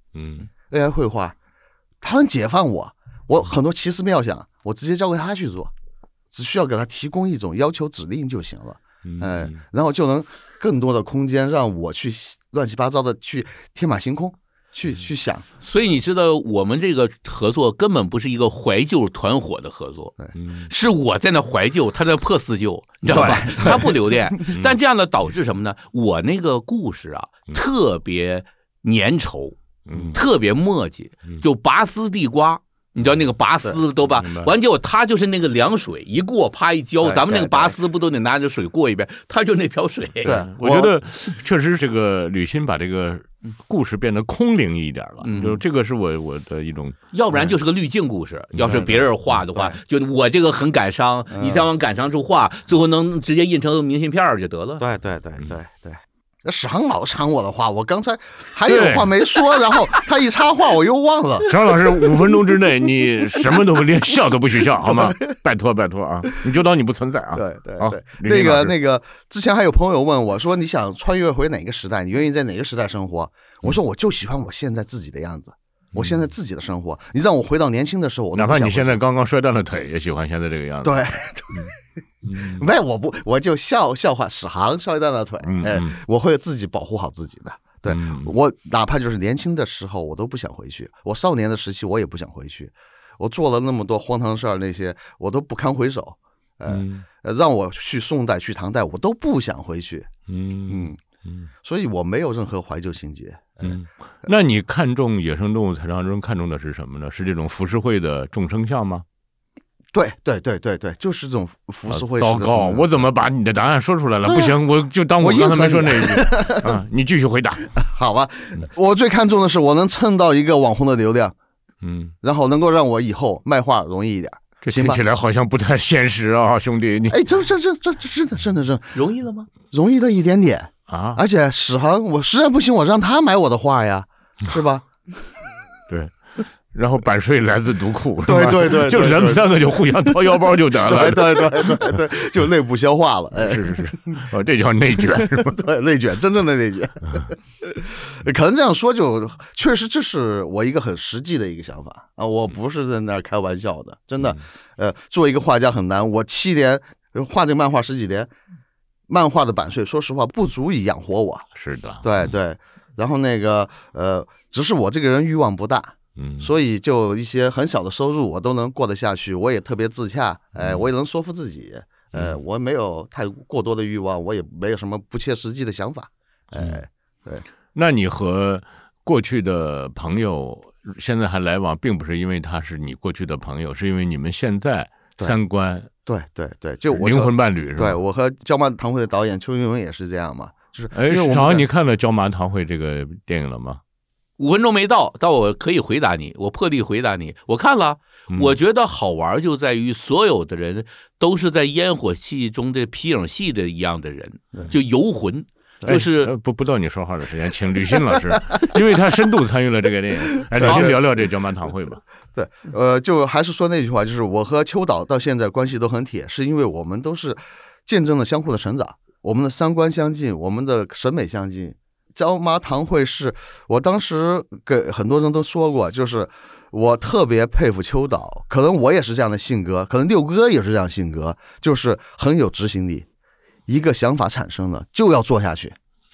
AI，AI 绘画，它能解放我，我很多奇思妙想，我直接交给他去做，只需要给他提供一种要求指令就行了，然后就能更多的空间让我去乱七八糟的去天马行空。去想， 所以你知道我们这个合作根本不是一个怀旧团伙的合作，是我在那怀旧，他在破四旧，你知道吧？他不留恋，但这样的导致什么呢？我那个故事啊，特别粘稠，特别墨迹，就拔丝地瓜。你知道那个拔丝都吧，完结果他就是那个凉水一过，啪一浇，咱们那个拔丝不都得拿着水过一遍？他就那瓢水。 对，我觉得确实这个吕欣把这个故事变得空灵一点了，就这个是我的一种。 要不然就是个滤镜故事，要是别人画的话，就我这个很感伤，你再往感伤处画，最后能直接印成明信片就得了。 对。史航老抢我的话，我刚才还有话没说，然后他一插话我又忘了。 史航老师5分钟之内你什么都连笑都不许笑，好吗？拜托啊，你就当你不存在啊。 对，那个之前还有朋友问我说，你想穿越回哪个时代？你愿意在哪个时代生活？我说我就喜欢我现在自己的样子，我现在自己的生活。你让我回到年轻的时候， 哪怕你现在刚刚摔断了腿，也喜欢现在这个样子。 对。没，我就笑话史航摔断了腿，我会自己保护好自己的。对，我哪怕就是年轻的时候，我都不想回去。我少年的时期，我也不想回去。我做了那么多荒唐事儿，那些我都不堪回首。让我去宋代、去唐代，我都不想回去。所以我没有任何怀旧情节。 那你看重野生动物采样中看重的是什么呢？是这种浮世绘的众生相吗？ 对，就是这种浮世绘。 糟糕，我怎么把你的答案说出来了？不行，我就当我刚才没说那一句啊！你继续回答。 好吧，我最看重的是我能蹭到一个网红的流量，然后能够让我以后卖画容易一点。 这听起来好像不太现实啊，兄弟！你这真的容易了吗？ 容易了一点点啊！ 而且史航，我实在不行，我让他买我的画呀，是吧？ 对。然后版税来自读库， 对， 就咱们3个就互相掏腰包就得了， 对，就内部消化了， 是，这叫内卷是吧？ 对，内卷，真正的内卷。可能这样说就确实这是我一个很实际的一个想法啊，我不是在那儿开玩笑的，真的。做一个画家很难，我7年画这个漫画10几年，漫画的版税说实话不足以养活我。 是的， 对，然后那个只是我这个人欲望不大。所以就一些很小的收入我都能过得下去，我也特别自洽，我也能说服自己，我没有太过多的欲望，我也没有什么不切实际的想法，对。 那你和过去的朋友现在还来往，并不是因为他是你过去的朋友，是因为你们现在三观对，就我灵魂伴侣是吧？ 对，我和椒麻堂会的导演邱云文也是这样嘛，就是你看了椒麻堂会这个电影了吗 ？5分钟没到我可以回答你，我破例回答你。我看了，我觉得好玩就在于所有的人都是在烟火气中的皮影戏的一样的人，就游魂，就是不到你说话的时间，请吕欣老师，因为他深度参与了这个电影。吕欣聊聊这椒麻堂会吧。 对，就还是说那句话，就是我和邱导到现在关系都很铁，是因为我们都是见证了相互的成长，我们的三观相近，我们的审美相近。椒麻堂会是我当时给很多人都说过，就是我特别佩服邱导，可能我也是这样的性格，可能六哥也是这样的性格，就是很有执行力，一个想法产生了就要做下去，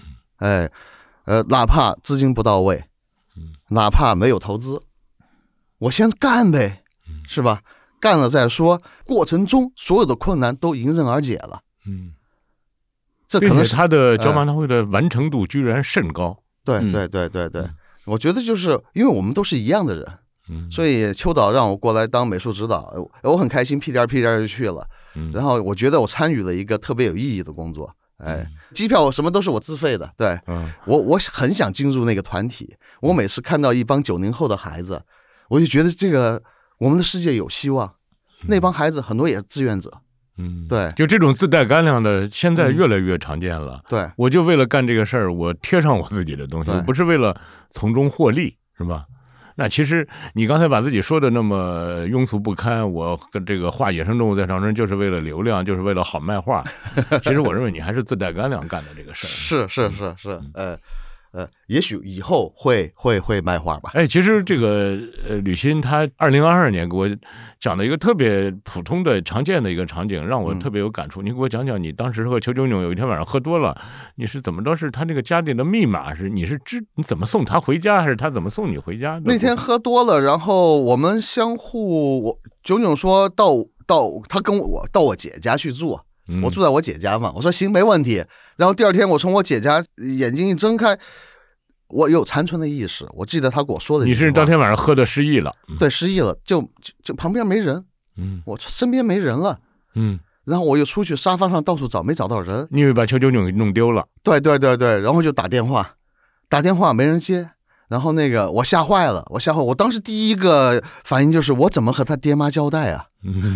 哪怕资金不到位，哪怕没有投资，我先干呗，是吧？ 干了再说，过程中所有的困难都迎刃而解了。这可能是他的交马大会的完成度居然甚高。 对，我觉得就是因为我们都是一样的人，所以秋导让我过来当美术指导，我很开心，屁颠就去了。然后我觉得我参与了一个特别有意义的工作。机票什么都是我自费的。对，我很想进入那个团体。我每次看到一帮90后的孩子，我就觉得这个我们的世界有希望。那帮孩子很多也是志愿者。对， 就这种自带干粮的，现在越来越常见了。 对， 我就为了干这个事儿，我贴上我自己的东西，我不是为了从中获利，是吧？那其实你刚才把自己说的那么庸俗不堪，我跟这个画野生动物在长春就是为了流量，就是为了好卖画。其实我认为你还是自带干粮干的这个事儿。 是，也许以后会卖画吧。 其实这个吕欣他2022年给我讲的一个特别普通的常见的一个场景，让我特别有感触。你给我讲讲，你当时和邱炯炯有一天晚上喝多了，你是怎么着？是他那个家里的密码是你怎么送他回家，还是他怎么送你回家？ 那天喝多了，然后我们相互，炯炯说他跟我到我姐家去住。我住在我姐家嘛，我说行没问题。然后第二天我从我姐家眼睛一睁开，我有残存的意识，我记得他跟我说的。 你是当天晚上喝的失忆了？ 对，失忆了，就旁边没人，我身边没人了，然后我又出去沙发上到处找，没找到人。 你以为把邱炯炯给弄丢了？ 对，然后就打电话没人接，然后那个我吓坏了，我当时第一个反应就是我怎么和他爹妈交代啊？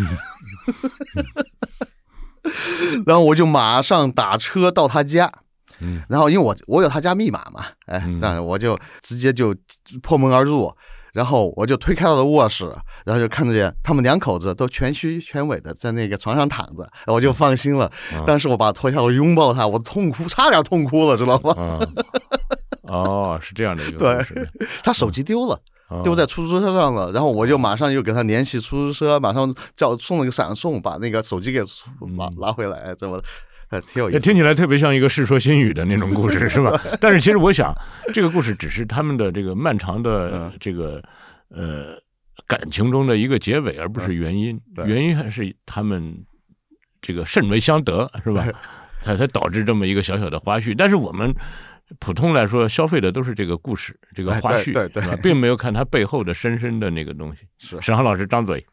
然后我就马上打车到他家，然后因为我有他家密码嘛，但是我就直接就破门而入，然后我就推开了卧室，然后就看见他们2口子都全虚全伪的在那个床上躺着，我就放心了。但是我把他脱下，我拥抱他，我差点痛哭了，知道吗？ 是这样的一个故事。 对，他手机丢了。丢在出租车上了，然后我就马上又给他联系出租车，马上送了个闪送，把那个手机给拿回来，这么挺有意思。 听起来特别像一个《世说新语》的那种故事，是吧？但是其实我想，这个故事只是他们的这个漫长的这个感情中的一个结尾，而不是原因。原因还是他们这个甚为相得，是吧？才导致这么一个小小的花絮。但是我们普通来说，消费的都是这个故事，这个花絮， 对， 并没有看它背后的深深的那个东西。 是， 沈航老师张嘴，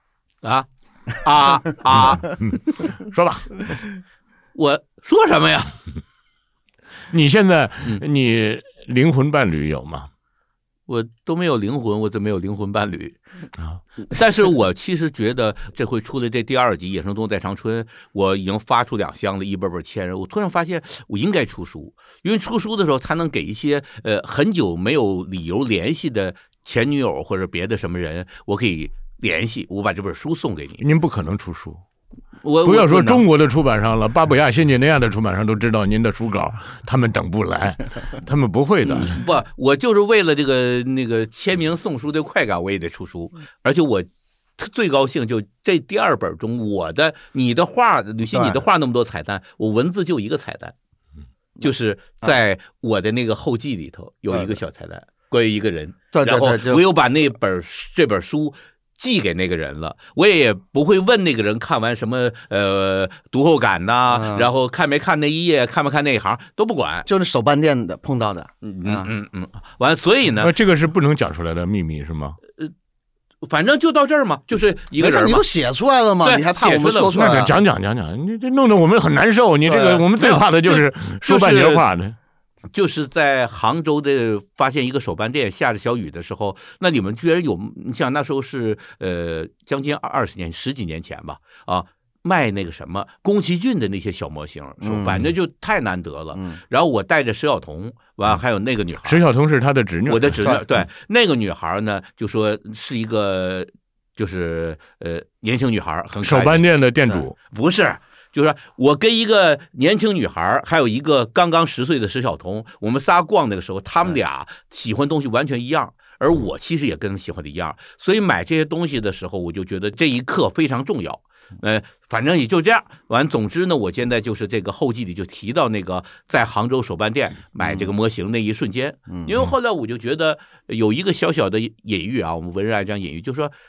说吧， 我说什么呀？ 你现在你灵魂伴侣有吗？ 我都没有灵魂，我怎么有灵魂伴侣啊？但是我其实觉得这回出了这第2集《野生动物在长春》，我已经发出2箱了，一本本签人。我突然发现我应该出书，因为出书的时候才能给一些很久没有理由联系的前女友或者别的什么人，我可以联系，我把这本书送给你。 您不可能出书。不要说中国的出版商了，巴布亚新几内亚的出版商都知道您的书稿，他们等不来，他们不会的。 不，我就是为了这个那个签名送书的快感，我也得出书。而且我最高兴就这第2本中，你的画，吕欣，你的画那么多彩蛋，我文字就一个彩蛋，就是在我的那个后记里头有一个小彩蛋，关于一个人。然后我又把这本书寄给那个人了，我也不会问那个人看完什么读后感呐，然后看没看那一页，看没看那一行都不管， 就是手办店的碰到的， 完了，所以呢， 这个是不能讲出来的秘密是吗？ 反正就到这儿嘛，就是一个人嘛， 你都写出来了吗？你还怕我们说出来？ 讲，你这弄得我们很难受。你这个我们最怕的就是说半截话的。 就是在杭州的发现一个手办店，下着小雨的时候，那你们居然有，你想那时候是将近10几年前吧，卖那个什么宫崎骏的那些小模型手办，那就太难得了。然后我带着石晓彤，完还有那个女孩， 石晓彤是他的侄女， 我的侄女，对，那个女孩呢就说是一个就是年轻女孩，很手办店的店主， 不是。就是我跟一个年轻女孩，还有一个刚刚10岁的石晓彤，我们仨逛那个时候，他们俩喜欢东西完全一样，而我其实也跟他们喜欢的一样，所以买这些东西的时候，我就觉得这一刻非常重要。反正也就这样。完，总之呢，我现在就是这个后记里就提到那个在杭州手办店买这个模型那一瞬间，因为后来我就觉得有一个小小的隐喻啊，我们文人爱讲隐喻，就是说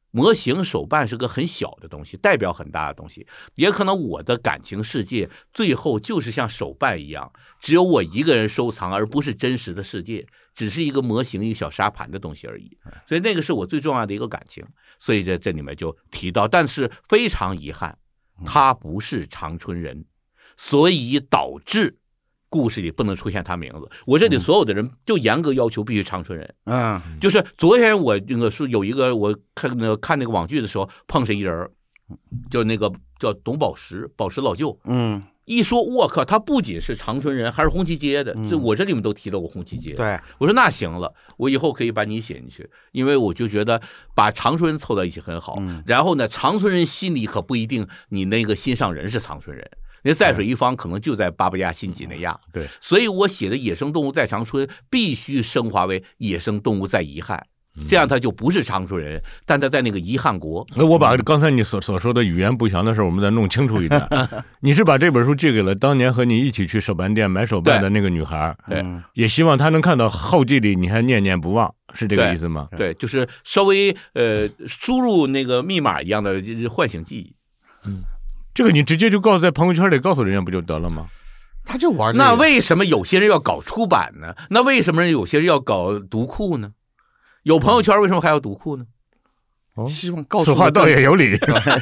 模型手办是个很小的东西，代表很大的东西，也可能我的感情世界最后就是像手办一样，只有我一个人收藏，而不是真实的世界，只是一个模型一个小沙盘的东西而已。所以那个是我最重要的一个感情，所以这里面就提到，但是非常遗憾他不是长春人，所以导致故事里不能出现他名字。我这里所有的人就严格要求必须长春人。就是昨天我那个是有一个我看那个网剧的时候碰上一人，就那个叫董宝石，宝石老舅。一说我靠，他不仅是长春人，还是红旗街的。就我这里面都提到过红旗街。 对， 我说那行了，我以后可以把你写进去，因为我就觉得把长春人凑到一起很好。然后呢，长春人心里可不一定你那个心上人是长春人。那在水一方可能就在巴布亚新几内亚， 对， 所以我写的野生动物在长春必须升华为野生动物在遗憾，这样他就不是长春人，但他在那个遗憾国。 那我把刚才你所说的语言不详的事我们再弄清楚一点。你是把这本书寄给了当年和你一起去手办店买手办的那个女孩， 对， 也希望她能看到后记里你还念念不忘，是这个意思吗？ 对，就是稍微输入那个密码一样的唤醒记忆。 这个你直接就告诉在朋友圈里告诉人家不就得了吗？ 他就玩这个。 那为什么有些人要搞出版呢？那为什么有些人要搞读库呢？有朋友圈为什么还要读库呢？ 希望告诉此话倒也有理。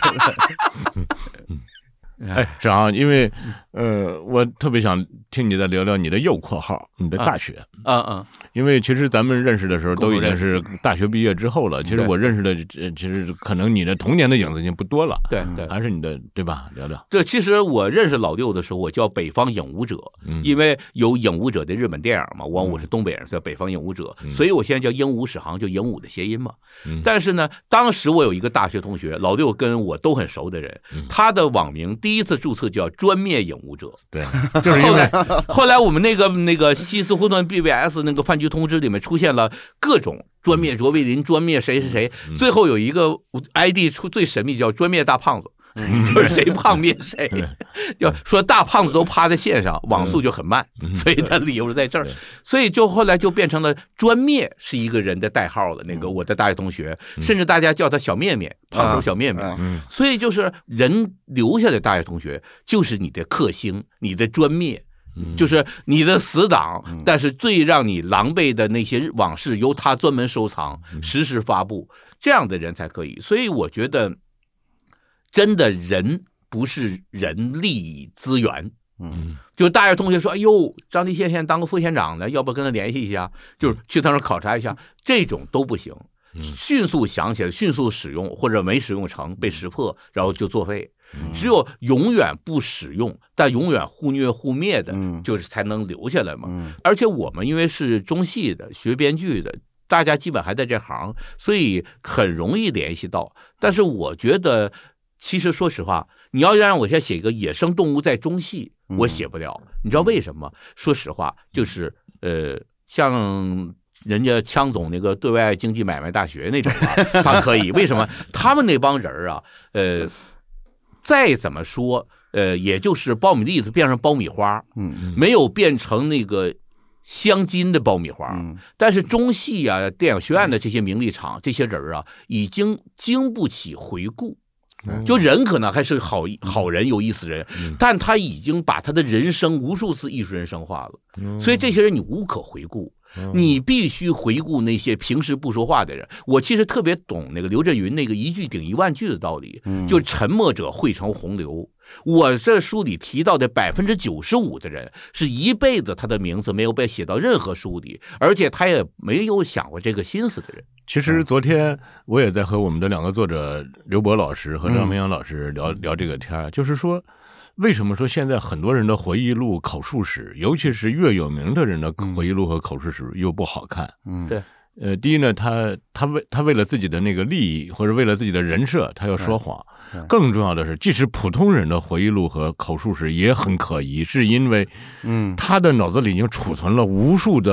哎，是啊，因为我特别想听你再聊聊你的右括号，你的大学。因为其实咱们认识的时候都已经是大学毕业之后了。其实我认识的，其实可能你的童年的影子已经不多了。 对， 还是你的，对吧？聊聊。 对，其实我认识老六的时候，我叫北方影舞者，因为有影舞者的日本电影嘛，我是东北人，叫北方影舞者，所以我现在叫鹦鹉史航，就鹦鹉的谐音嘛。但是呢，当时我有一个大学同学，老六跟我都很熟的人，他的网名第一次注册叫专灭影舞者。 对，就是因为后来我们那个西斯胡顿 BBS 那个饭局通知里面出现了各种专灭卓别林，专灭谁谁谁，最后有一个 ID 出最神秘叫专灭大胖子。就是谁胖灭谁，要说大胖子都趴在线上，网速就很慢，所以他的理由是在这儿，所以就后来就变成了专灭是一个人的代号了。那个我的大学同学，甚至大家叫他小面面，胖手小面面。所以就是人留下的大学同学，就是你的克星，你的专灭。就是你的死党，但是最让你狼狈的那些往事由他专门收藏，实时发布，这样的人才可以。所以我觉得真的人不是人力资源。就大学同学说，哎呦，张立宪现在当个副县长呢，要不跟他联系一下，就是去他那儿考察一下，这种都不行。迅速想起来，迅速使用，或者没使用成被识破，然后就作废。只有永远不使用但永远互虐互灭的，就是才能留下来嘛。而且我们因为是中戏的，学编剧的，大家基本还在这行，所以很容易联系到。但是我觉得其实说实话，你要让我现在写一个野生动物在中戏，我写不了。你知道为什么？说实话，就是像人家枪总那个对外经济买卖大学那种他可以。为什么？他们那帮人啊，再怎么说，也就是苞米粒子变成苞米花，没有变成那个镶金的苞米花。但是中戏啊、电影学院的这些名利场，这些人啊，已经经不起回顾。就人可能还是好人有意思人，但他已经把他的人生无数次艺术人生化了，所以这些人你无可回顾。你必须回顾那些平时不说话的人。我其实特别懂那个刘震云那个一句顶一万句的道理，就沉默者汇成洪流。我这书里提到的95%的人，是一辈子他的名字没有被写到任何书里，而且他也没有想过这个心思的人。 其实昨天我也在和我们的两个作者刘博老师和张明阳老师聊这个天，就是说为什么说现在很多人的回忆录、口述史，尤其是越有名的人的回忆录和口述史又不好看？ 对。 第一呢，他为了自己的那个利益或者为了自己的人设，他要说谎。更重要的是，即使普通人的回忆录和口述史也很可疑，是因为他的脑子里已经储存了无数的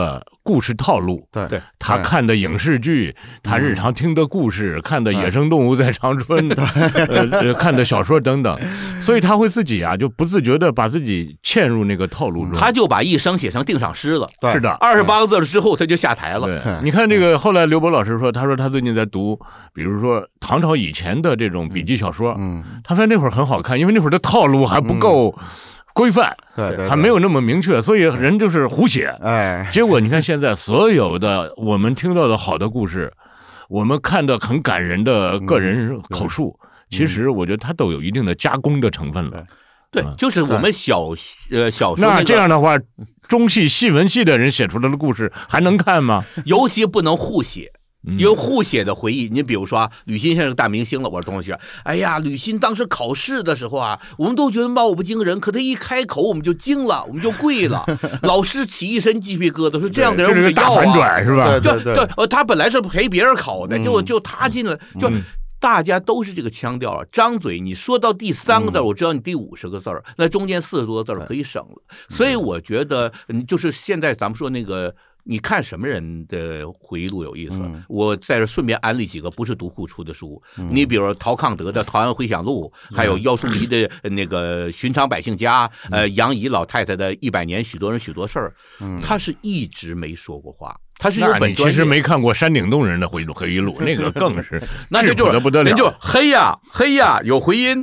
故事套路， 对， 他看的影视剧，他日常听的故事，看的野生动物在长春，看的小说等等，所以他会自己啊就不自觉的把自己嵌入那个套路中， 他就把一生写成定场诗了。 是的 ，28个字之后他就下台了。 对，你看这个后来刘伯老师说，他说他最近在读，比如说唐朝以前的这种笔记小说，他说那会儿很好看，因为那会儿的套路还不够规范， 对， 还没有那么明确，所以人就是胡写。结果你看现在所有的我们听到的好的故事，我们看的很感人的个人口述，其实我觉得它都有一定的加工的成分了。 对，就是我们小说那这样的话，中戏戏文系的人写出来的故事还能看吗？ 尤其不能互写。有互写的回忆，你比如说啊，吕欣现在是大明星了，我说同学，哎呀，吕欣当时考试的时候啊，我们都觉得貌不惊人，可他一开口我们就惊了，我们就跪了，老师起一身鸡皮疙瘩，说这样的人我们得要啊， 大反转是吧？ 对，他本来是陪别人考的，就他进了，就大家都是这个腔调，张嘴你说到第3个字，我知道你第50个字，那中间40多个字可以省了，所以我觉得就是现在咱们说那个。你看什么人的回忆录有意思？我在这顺便安利几个不是读库出的书，你比如陶康德的《陶庵回响录》，还有姚淑仪的那个《寻常百姓家》，杨怡老太太的100年许多人许多事儿，他是一直没说过话。他是有本专业， 你其实没看过山顶洞人的回忆录，那个更是那就是不得了， 就黑呀有回音。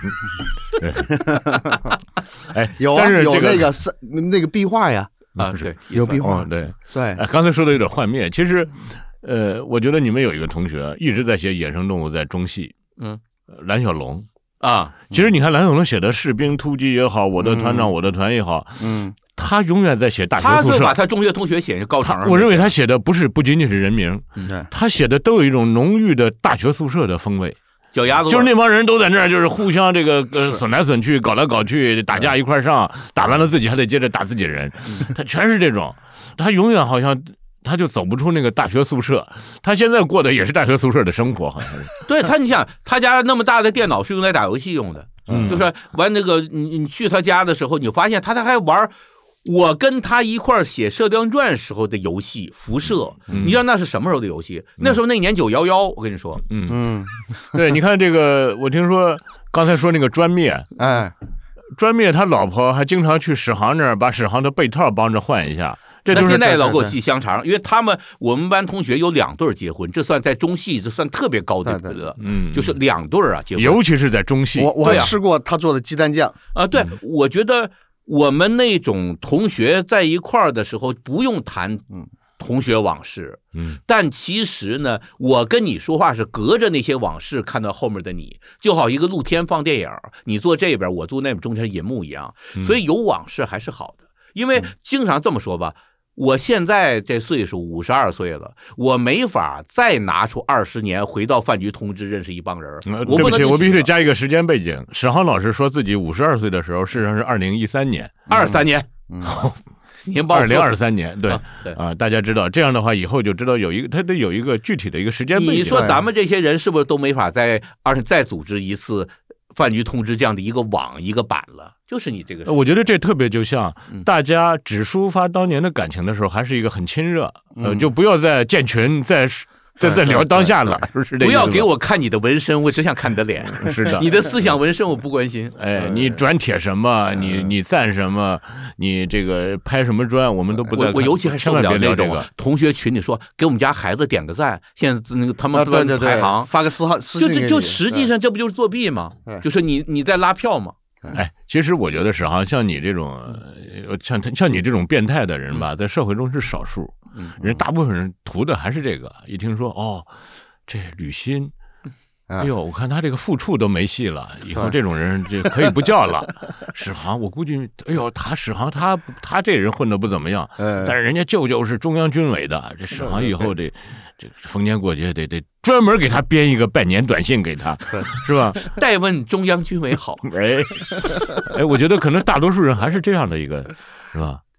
哎， 有啊，有那个壁画呀。 对， 有壁画， 对。刚才说的有点幻灭。其实，我觉得你们有一个同学一直在写野生动物，在中戏，蓝小龙啊。 其实你看蓝小龙写的士兵突击也好，我的团长我的团也好，他永远在写大学宿舍， 他就把他中学同学写高场上。 我认为他写的不仅仅是人名，他写的都有一种浓郁的大学宿舍的风味。 脚丫子就是那帮人都在那儿，就是互相这个损来损去，搞来搞去，打架一块上，打完了自己还得接着打自己人，他全是这种，他永远好像他就走不出那个大学宿舍，他现在过的也是大学宿舍的生活，好像是。 对他，你想他家那么大的电脑是用来打游戏用的，就是玩那个你去他家的时候，你发现他还玩。我跟他一块写《射雕传》时候的游戏辐射，你知道那是什么时候的游戏？那时候那年911，我跟你说， 对，你看这个，我听说刚才说那个专灭，专灭他老婆还经常去史航那儿把史航的被套帮着换一下。这现在老给我寄香肠，因为我们班同学有2对结婚，这算在中戏这算特别高的了，就是2对啊结婚， 尤其是在中戏， 我还吃过他做的鸡蛋酱啊。对，我觉得。我们那种同学在一块儿的时候，不用谈同学往事，但其实呢，我跟你说话是隔着那些往事看到后面的你，就好一个露天放电影，你坐这边，我坐那边，中间银幕一样，所以有往事还是好的，因为经常这么说吧。我现在这岁数52岁了，我没法再拿出20年回到饭局通知认识一帮人。 对不起，我必须得加一个时间背景。史航老师说自己52岁的时候，事实上是2013年 ，23年， 您报2023年，对啊，大家知道这样的话，以后就知道他得有一个具体的一个时间背景。 你说咱们这些人是不是都没法再组织一次饭局通知这样的一个一个版了？就是你这个， 我觉得这特别就像大家只抒发当年的感情的时候，还是一个很亲热，就不要再建群，再聊当下了，是不要给我看你的纹身，我只想看你的脸。 是的， 你的思想纹身我不关心。 哎，你转帖什么，你赞什么，你这个拍什么砖，我们都不在。 我尤其还受不了那种同学群里说给我们家孩子点个赞，现在那个他们排行发个私信， 就实际上这不就是作弊吗？就是你在拉票吗？ 哎，其实我觉得是像你这种，像你这种变态的人吧，在社会中是少数。人大部分人图的还是这个。一听说这吕欣，哎呦，我看他这个副处都没戏了，以后这种人就可以不叫了。史航，我估计，哎呦，史航他这人混得不怎么样，但是人家舅舅是中央军委的，这史航以后这逢年过节得专门给他编一个拜年短信给他，是吧？ 代问中央军委好。 哎，我觉得可能大多数人还是这样的一个，是吧？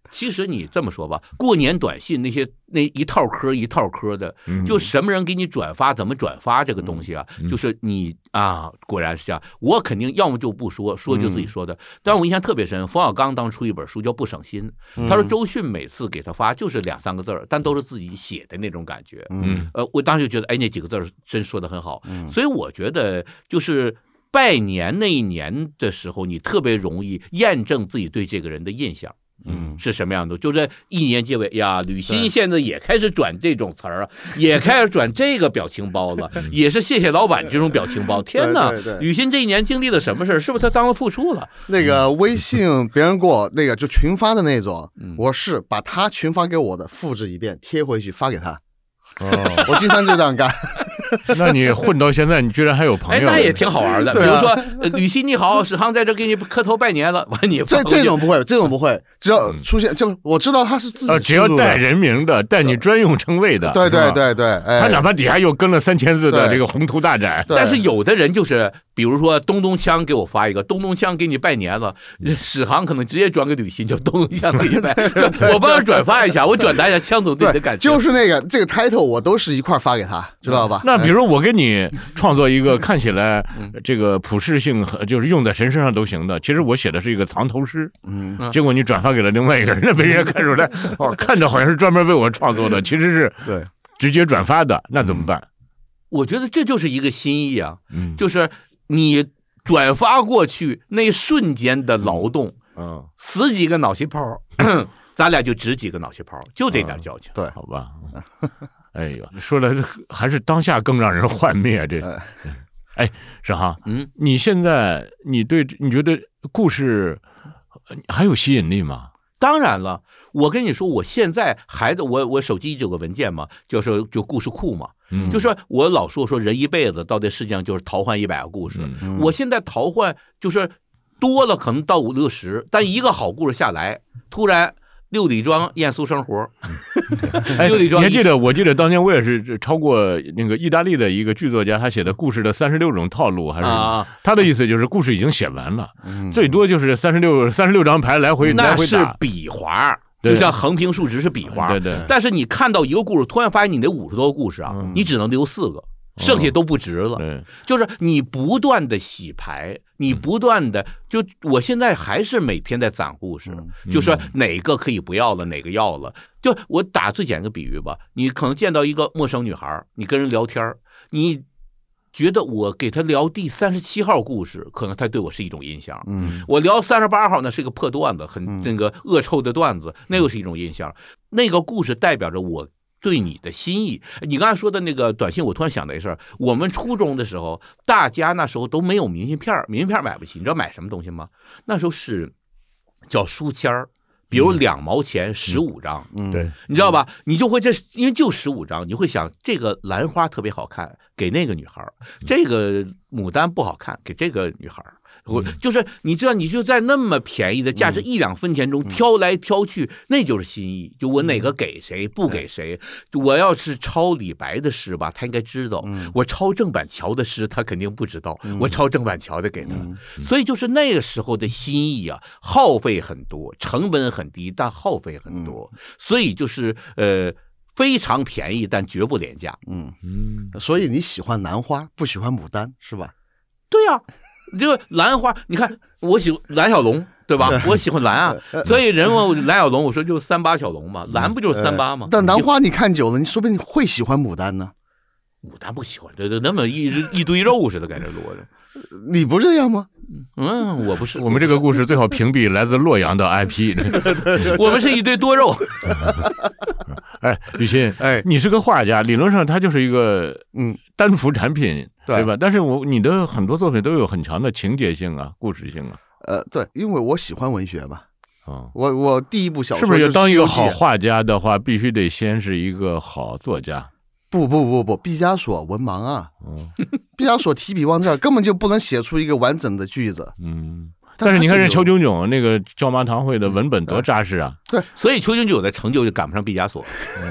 其实你这么说吧，过年短信那一套科一套科的，就什么人给你转发，怎么转发这个东西啊，就是你啊，果然是这样。我肯定要么就不说就自己说的。但是我印象特别深，冯小刚当初一本书叫《不省心》，他说周迅每次给他发就是2-3个字，但都是自己写的那种感觉。我当时就觉得，哎，那几个字真说的很好。所以我觉得就是拜年那一年的时候，你特别容易验证自己对这个人的印象。是什么样的？就在一年结尾呀，吕欣现在也开始转这种词儿，也开始转这个表情包了，也是谢谢老板这种表情包。天哪，吕欣这一年经历了什么事？是不是他当了副处了？ 那个微信别人给我那个就群发的那种，我是把他群发给我的复制一遍贴回去发给他。我经常就这样干。 那你混到现在，你居然还有朋友？ 那也挺好玩的。比如说，吕欣你好，史航在这给你磕头拜年了，完你这种不会，只要出现就我知道他是自己只要带人名的，带你专用称谓的， 对， 他哪怕底下又跟了3000字的这个宏图大展， 但是有的人就是，比如说东东锵给我发一个，东东锵给你拜年了，史航可能直接转给吕欣，就东东锵给你拜，我帮他转发一下，我转达一下锵总对你的感情， 就是那个这个 title 我都是一块发给他，知道吧？ 那比如我给你创作一个看起来这个普适性就是用在谁身上都行的，其实我写的是一个藏头诗，结果你转发给了另外一个人，那被人家看出来，看着好像是专门为我创作的，其实是直接转发的，那怎么办？ 我觉得这就是一个心意啊，就是你转发过去那瞬间的劳动，10几个脑细泡，咱俩就值几个脑细泡，就这点交情， 对， 好吧。哎呦，说的还是当下更让人幻灭。这，哎，史航，你现在你觉得故事还有吸引力吗？ 当然了，我跟你说，我现在我手机有个文件嘛，就故事库嘛，就是我老说人一辈子到这世界上就是淘换100个故事，我现在淘换就是多了，可能到50-60，但一个好故事下来，突然。六里庄艳俗生活，六里庄。 我记得当年我也是超过那个意大利的一个剧作家，他写的故事的36种套路，还是他的意思就是故事已经写完了，最多就是36张牌来回打。 那是笔划，就像横平竖直是笔划。 对。 但是你看到一个故事，突然发现你那50多个故事啊，你只能留4个。剩下都不值了，就是你不断的洗牌，你不断的我现在还是每天在攒故事，就说哪个可以不要了，哪个要了。就我打最简单的比喻吧，你可能见到一个陌生女孩，你跟人聊天，你觉得我给她聊第37号故事，可能她对我是一种印象。我聊38号呢是一个破段子，很那个恶臭的段子，那又是一种印象。那个故事代表着我对你的心意。你刚才说的那个短信，我突然想到一事儿。我们初中的时候，大家那时候都没有明信片，明信片买不起。你知道买什么东西吗？那时候是叫书签儿，比如2毛钱15张， 对， 你知道吧？你就会因为就15张，你会想这个兰花特别好看，给那个女孩；这个牡丹不好看，给这个女孩。就是你知道，你就在那么便宜的价值1-2分钱中挑来挑去，那就是心意。就我哪个给谁，不给谁。我要是抄李白的诗吧，他应该知道；我抄郑板桥的诗，他肯定不知道。我抄郑板桥的给他，所以就是那个时候的心意啊，耗费很多，成本很低，但耗费很多。所以就是非常便宜，但绝不廉价。 所以你喜欢兰花，不喜欢牡丹，是吧？ 对呀。这个兰花，你看，我喜欢蓝小龙，对吧？我喜欢蓝啊，所以人问蓝小龙，我说就38小龙嘛，蓝不就是38吗？ 但兰花你看久了，你说不定会喜欢牡丹呢。 牡丹不喜欢，那么一堆肉似的在这摞着。 你不这样吗？ 我不是。 我们这个故事最好屏蔽来自洛阳的 IP。 我们是一堆多肉。 哎，吕欣，你是个画家，理论上它就是一个单幅产品，对吧？但是你的很多作品都有很强的情节性啊，故事性啊。 对，因为我喜欢文学嘛。我第一部小说是不是要当一个好画家的话，必须得先是一个好作家？ 不，毕加索文盲啊。毕加索提笔忘字，根本就不能写出一个完整的句子。 但是你看人邱炯炯那个椒麻堂会的文本多扎实啊！ 对， 所以邱炯炯的成就就赶不上毕加索。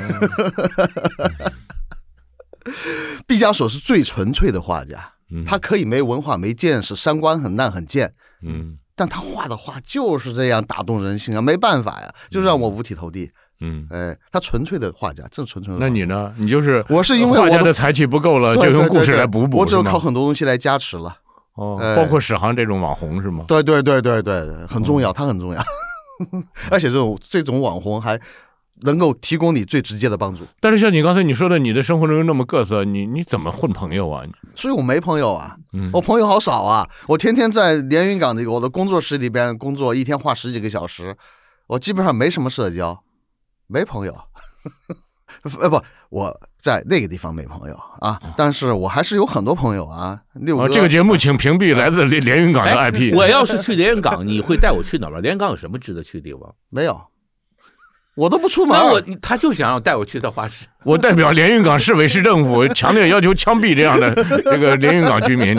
毕加索是最纯粹的画家，他可以没文化、没见识，三观很烂很贱， 但他画的画就是这样打动人心啊，没办法呀，就让我五体投地。他纯粹的画家，正纯粹的。 那你呢？你就是我是因为画家的才气不够了，就用故事来补补。 我只有靠很多东西来加持了。 包括史航这种网红是吗？ 对，很重要，他很重要。而且这种网红还能够提供你最直接的帮助。 但是像你刚才你说的，你的生活中那么各色，你怎么混朋友啊？ 所以我没朋友啊，我朋友好少啊。我天天在连云港我的工作室里边工作，一天花10几个小时，我基本上没什么社交，没朋友。不，我在那个地方没朋友啊，但是我还是有很多朋友啊。 这个节目请屏蔽来自连云港的 IP。 我要是去连云港，你会带我去哪儿吧？连云港有什么值得去的地方？ 没有，我都不出门。 他就想要带我去他画室。 我代表连云港市委市政府强烈要求枪毙这样的这个连云港居民。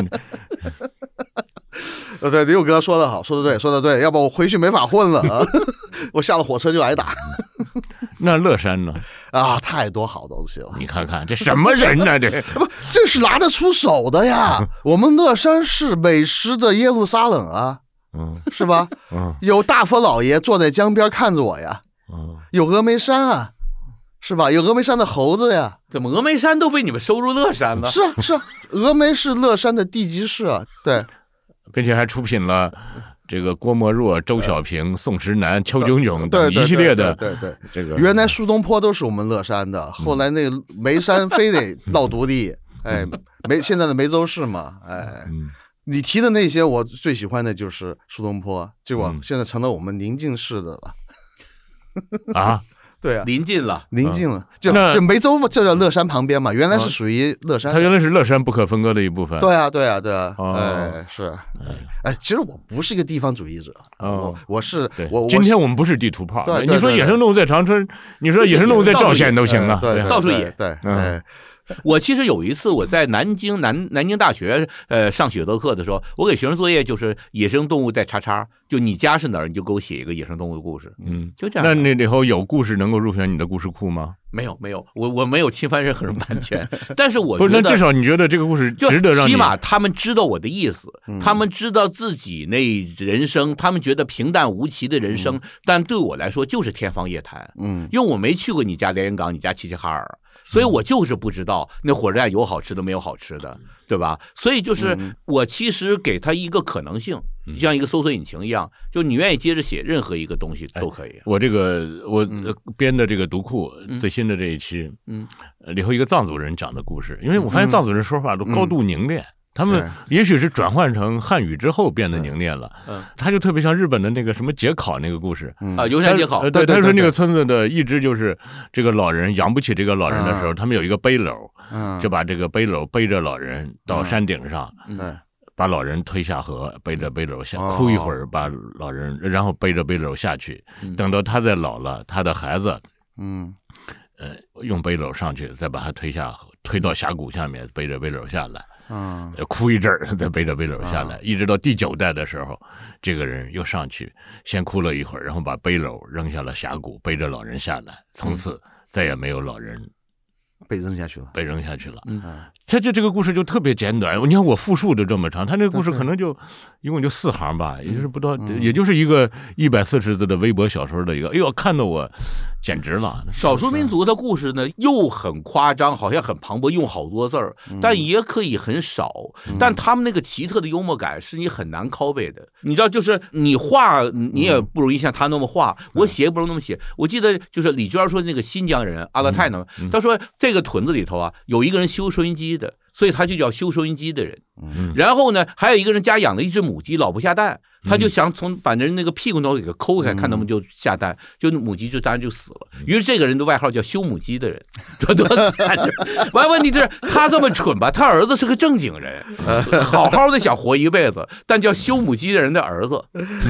对，刘哥说得好，说得对，要不我回去没法混了啊！我下了火车就挨打。 那乐山呢？ 啊，太多好东西了！ 你看看这什么人呢？ 这是拿得出手的呀！我们乐山是美食的耶路撒冷啊，是吧？有大佛老爷坐在江边看着我呀，有峨眉山啊，是吧？有峨眉山的猴子呀。 怎么峨眉山都被你们收入乐山了？ 是啊，峨眉是乐山的地级市啊，对， 并且还出品了这个郭沫若、周小平、宋时南、邱炯炯等一系列的。 对， 这个原来苏东坡都是我们乐山的，后来那个眉山非得闹独立，现在的梅州市嘛，你提的那些我最喜欢的就是苏东坡，结果现在成了我们临近市的了。 啊？ 对啊， 临近了， 就梅州就叫乐山旁边嘛，原来是属于乐山， 它原来是乐山不可分割的一部分。 对啊，是，其实我不是一个地方主义者，我是我。 今天我们不是地图炮，你说野生动物在长春，你说野生动物在赵县都行啊， 到处野。 对， 我其实有一次我在南京大学上写作课的时候，我给学生作业就是野生动物在叉叉，就你家是哪儿，你就给我写一个野生动物的故事。就这样。 那你以后有故事能够入选你的故事库吗？ 没有，我没有侵犯任何人版权，但是我觉得， 不是，那至少你觉得这个故事值得让你， 起码他们知道我的意思，他们知道自己那人生，他们觉得平淡无奇的人生，但对我来说就是天方夜谭。因为我没去过你家连云港，你家齐齐哈尔。所以我就是不知道那火车站有好吃的没有好吃的，对吧？所以就是我其实给他一个可能性，就像一个搜索引擎一样，就你愿意接着写任何一个东西都可以。 我编的这个读库最新的这一期，里头一个藏族人讲的故事，因为我发现藏族人说话都高度凝练。他们也许是转换成汉语之后变得凝练了，他就特别像日本的那个什么解考那个故事游山解考。 对，他说那个村子的一直就是这个老人养不起这个老人的时候，他们有一个背篓，就把这个背篓背着老人到山顶上，把老人推下河，背着背篓下，哭一会儿，把老人然后背着背篓下去，等到他再老了，他的孩子，用背篓上去，再把他推下河，推到峡谷下面，背着背篓下来。哭一阵儿，再背着背篓下来，一直到第9代的时候，这个人又上去，先哭了一会儿，然后把背篓扔下了峡谷，背着老人下来，从此再也没有老人被扔下去了。 他这个故事就特别简短，你看我复述的这么长，他那个故事可能就一共就4行吧，也就是不到，也就是一个140字的微博小说的一个，哎呦，看得我简直了。 少数民族的故事呢，又很夸张，好像很磅礴，用好多字儿，但也可以很少。但他们那个奇特的幽默感是你很难copy的。你知道，就是你画，你也不容易像他那么画，我写也不容易那么写。我记得就是李娟说那个新疆人阿勒泰呢，他说这个屯子里头啊，有一个人修收音机的，所以他就叫修收音机的人。然后呢，还有一个人家养了一只母鸡，老不下蛋，他就想把人那个屁股头给抠开，看他们就下蛋，就母鸡就当然就死了。于是这个人的外号叫修母鸡的人，多惨！完，问题是他这么蠢吧？他儿子是个正经人，好好的想活一辈子，但叫修母鸡的人的儿子。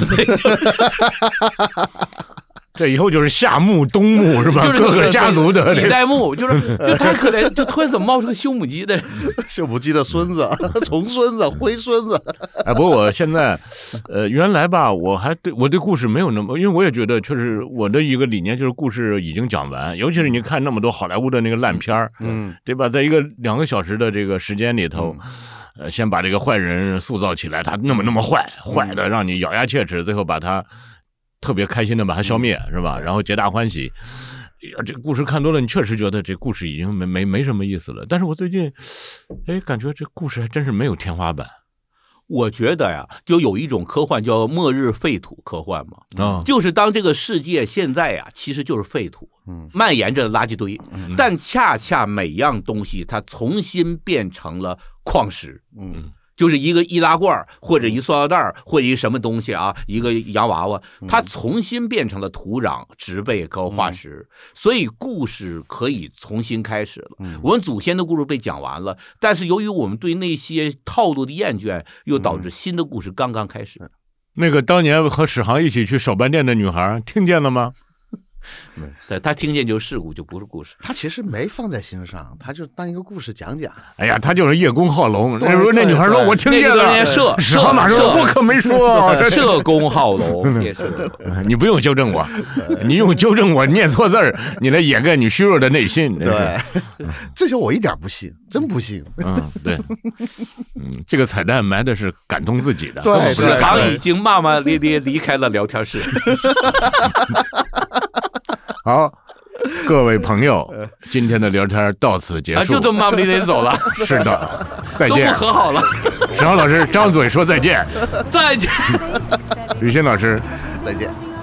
这以后就是夏目、冬目是吧？ 就是各个家族的几代目，就太可怜，就突然怎么冒出个修母鸡的人？ 修母鸡的孙子、重孙子、灰孙子。 不过我现在，原来吧，我对故事没有那么，因为我也觉得，确实我的一个理念就是故事已经讲完，尤其是你看那么多好莱坞的那个烂片儿，对吧？在一个2个小时的这个时间里头。 先把这个坏人塑造起来，他那么坏的让你咬牙切齿，最后把他特别开心的把他消灭，是吧？然后皆大欢喜。这个故事看多了，你确实觉得这故事已经没什么意思了。但是我最近，感觉这故事还真是没有天花板。 我觉得呀，就有一种科幻叫末日废土科幻嘛，就是当这个世界现在呀，其实就是废土，蔓延着垃圾堆，但恰恰每样东西它重新变成了矿石，就是一个易拉罐或者一塑料袋或者一什么东西啊，一个洋娃娃，它重新变成了土壤、植被和化石，所以故事可以重新开始了。我们祖先的故事被讲完了，但是由于我们对那些套路的厌倦，又导致新的故事刚刚开始。 那个当年和史航一起去手办店的女孩，听见了吗？ 对，他听见就是事故，就不是故事。 他其实没放在心上，他就当一个故事讲讲。 哎呀，他就是叶公好龙。那女孩说：“我听见了。” 史航马说：“我可没说。” 社公好龙也是。 你不用纠正我，你用纠正我念错字儿，你来掩盖你虚弱的内心。 对，这些我一点不信，真不信。 对，这个彩蛋埋的是感动自己的。 对， 史航已经骂骂咧咧离开了聊天室。 好，各位朋友，今天的聊天到此结束， 就这么骂骂咧咧走了。 是的，再见。 都不和好了。 史航老师张嘴说再见， 再见。 吕欣老师， 再见。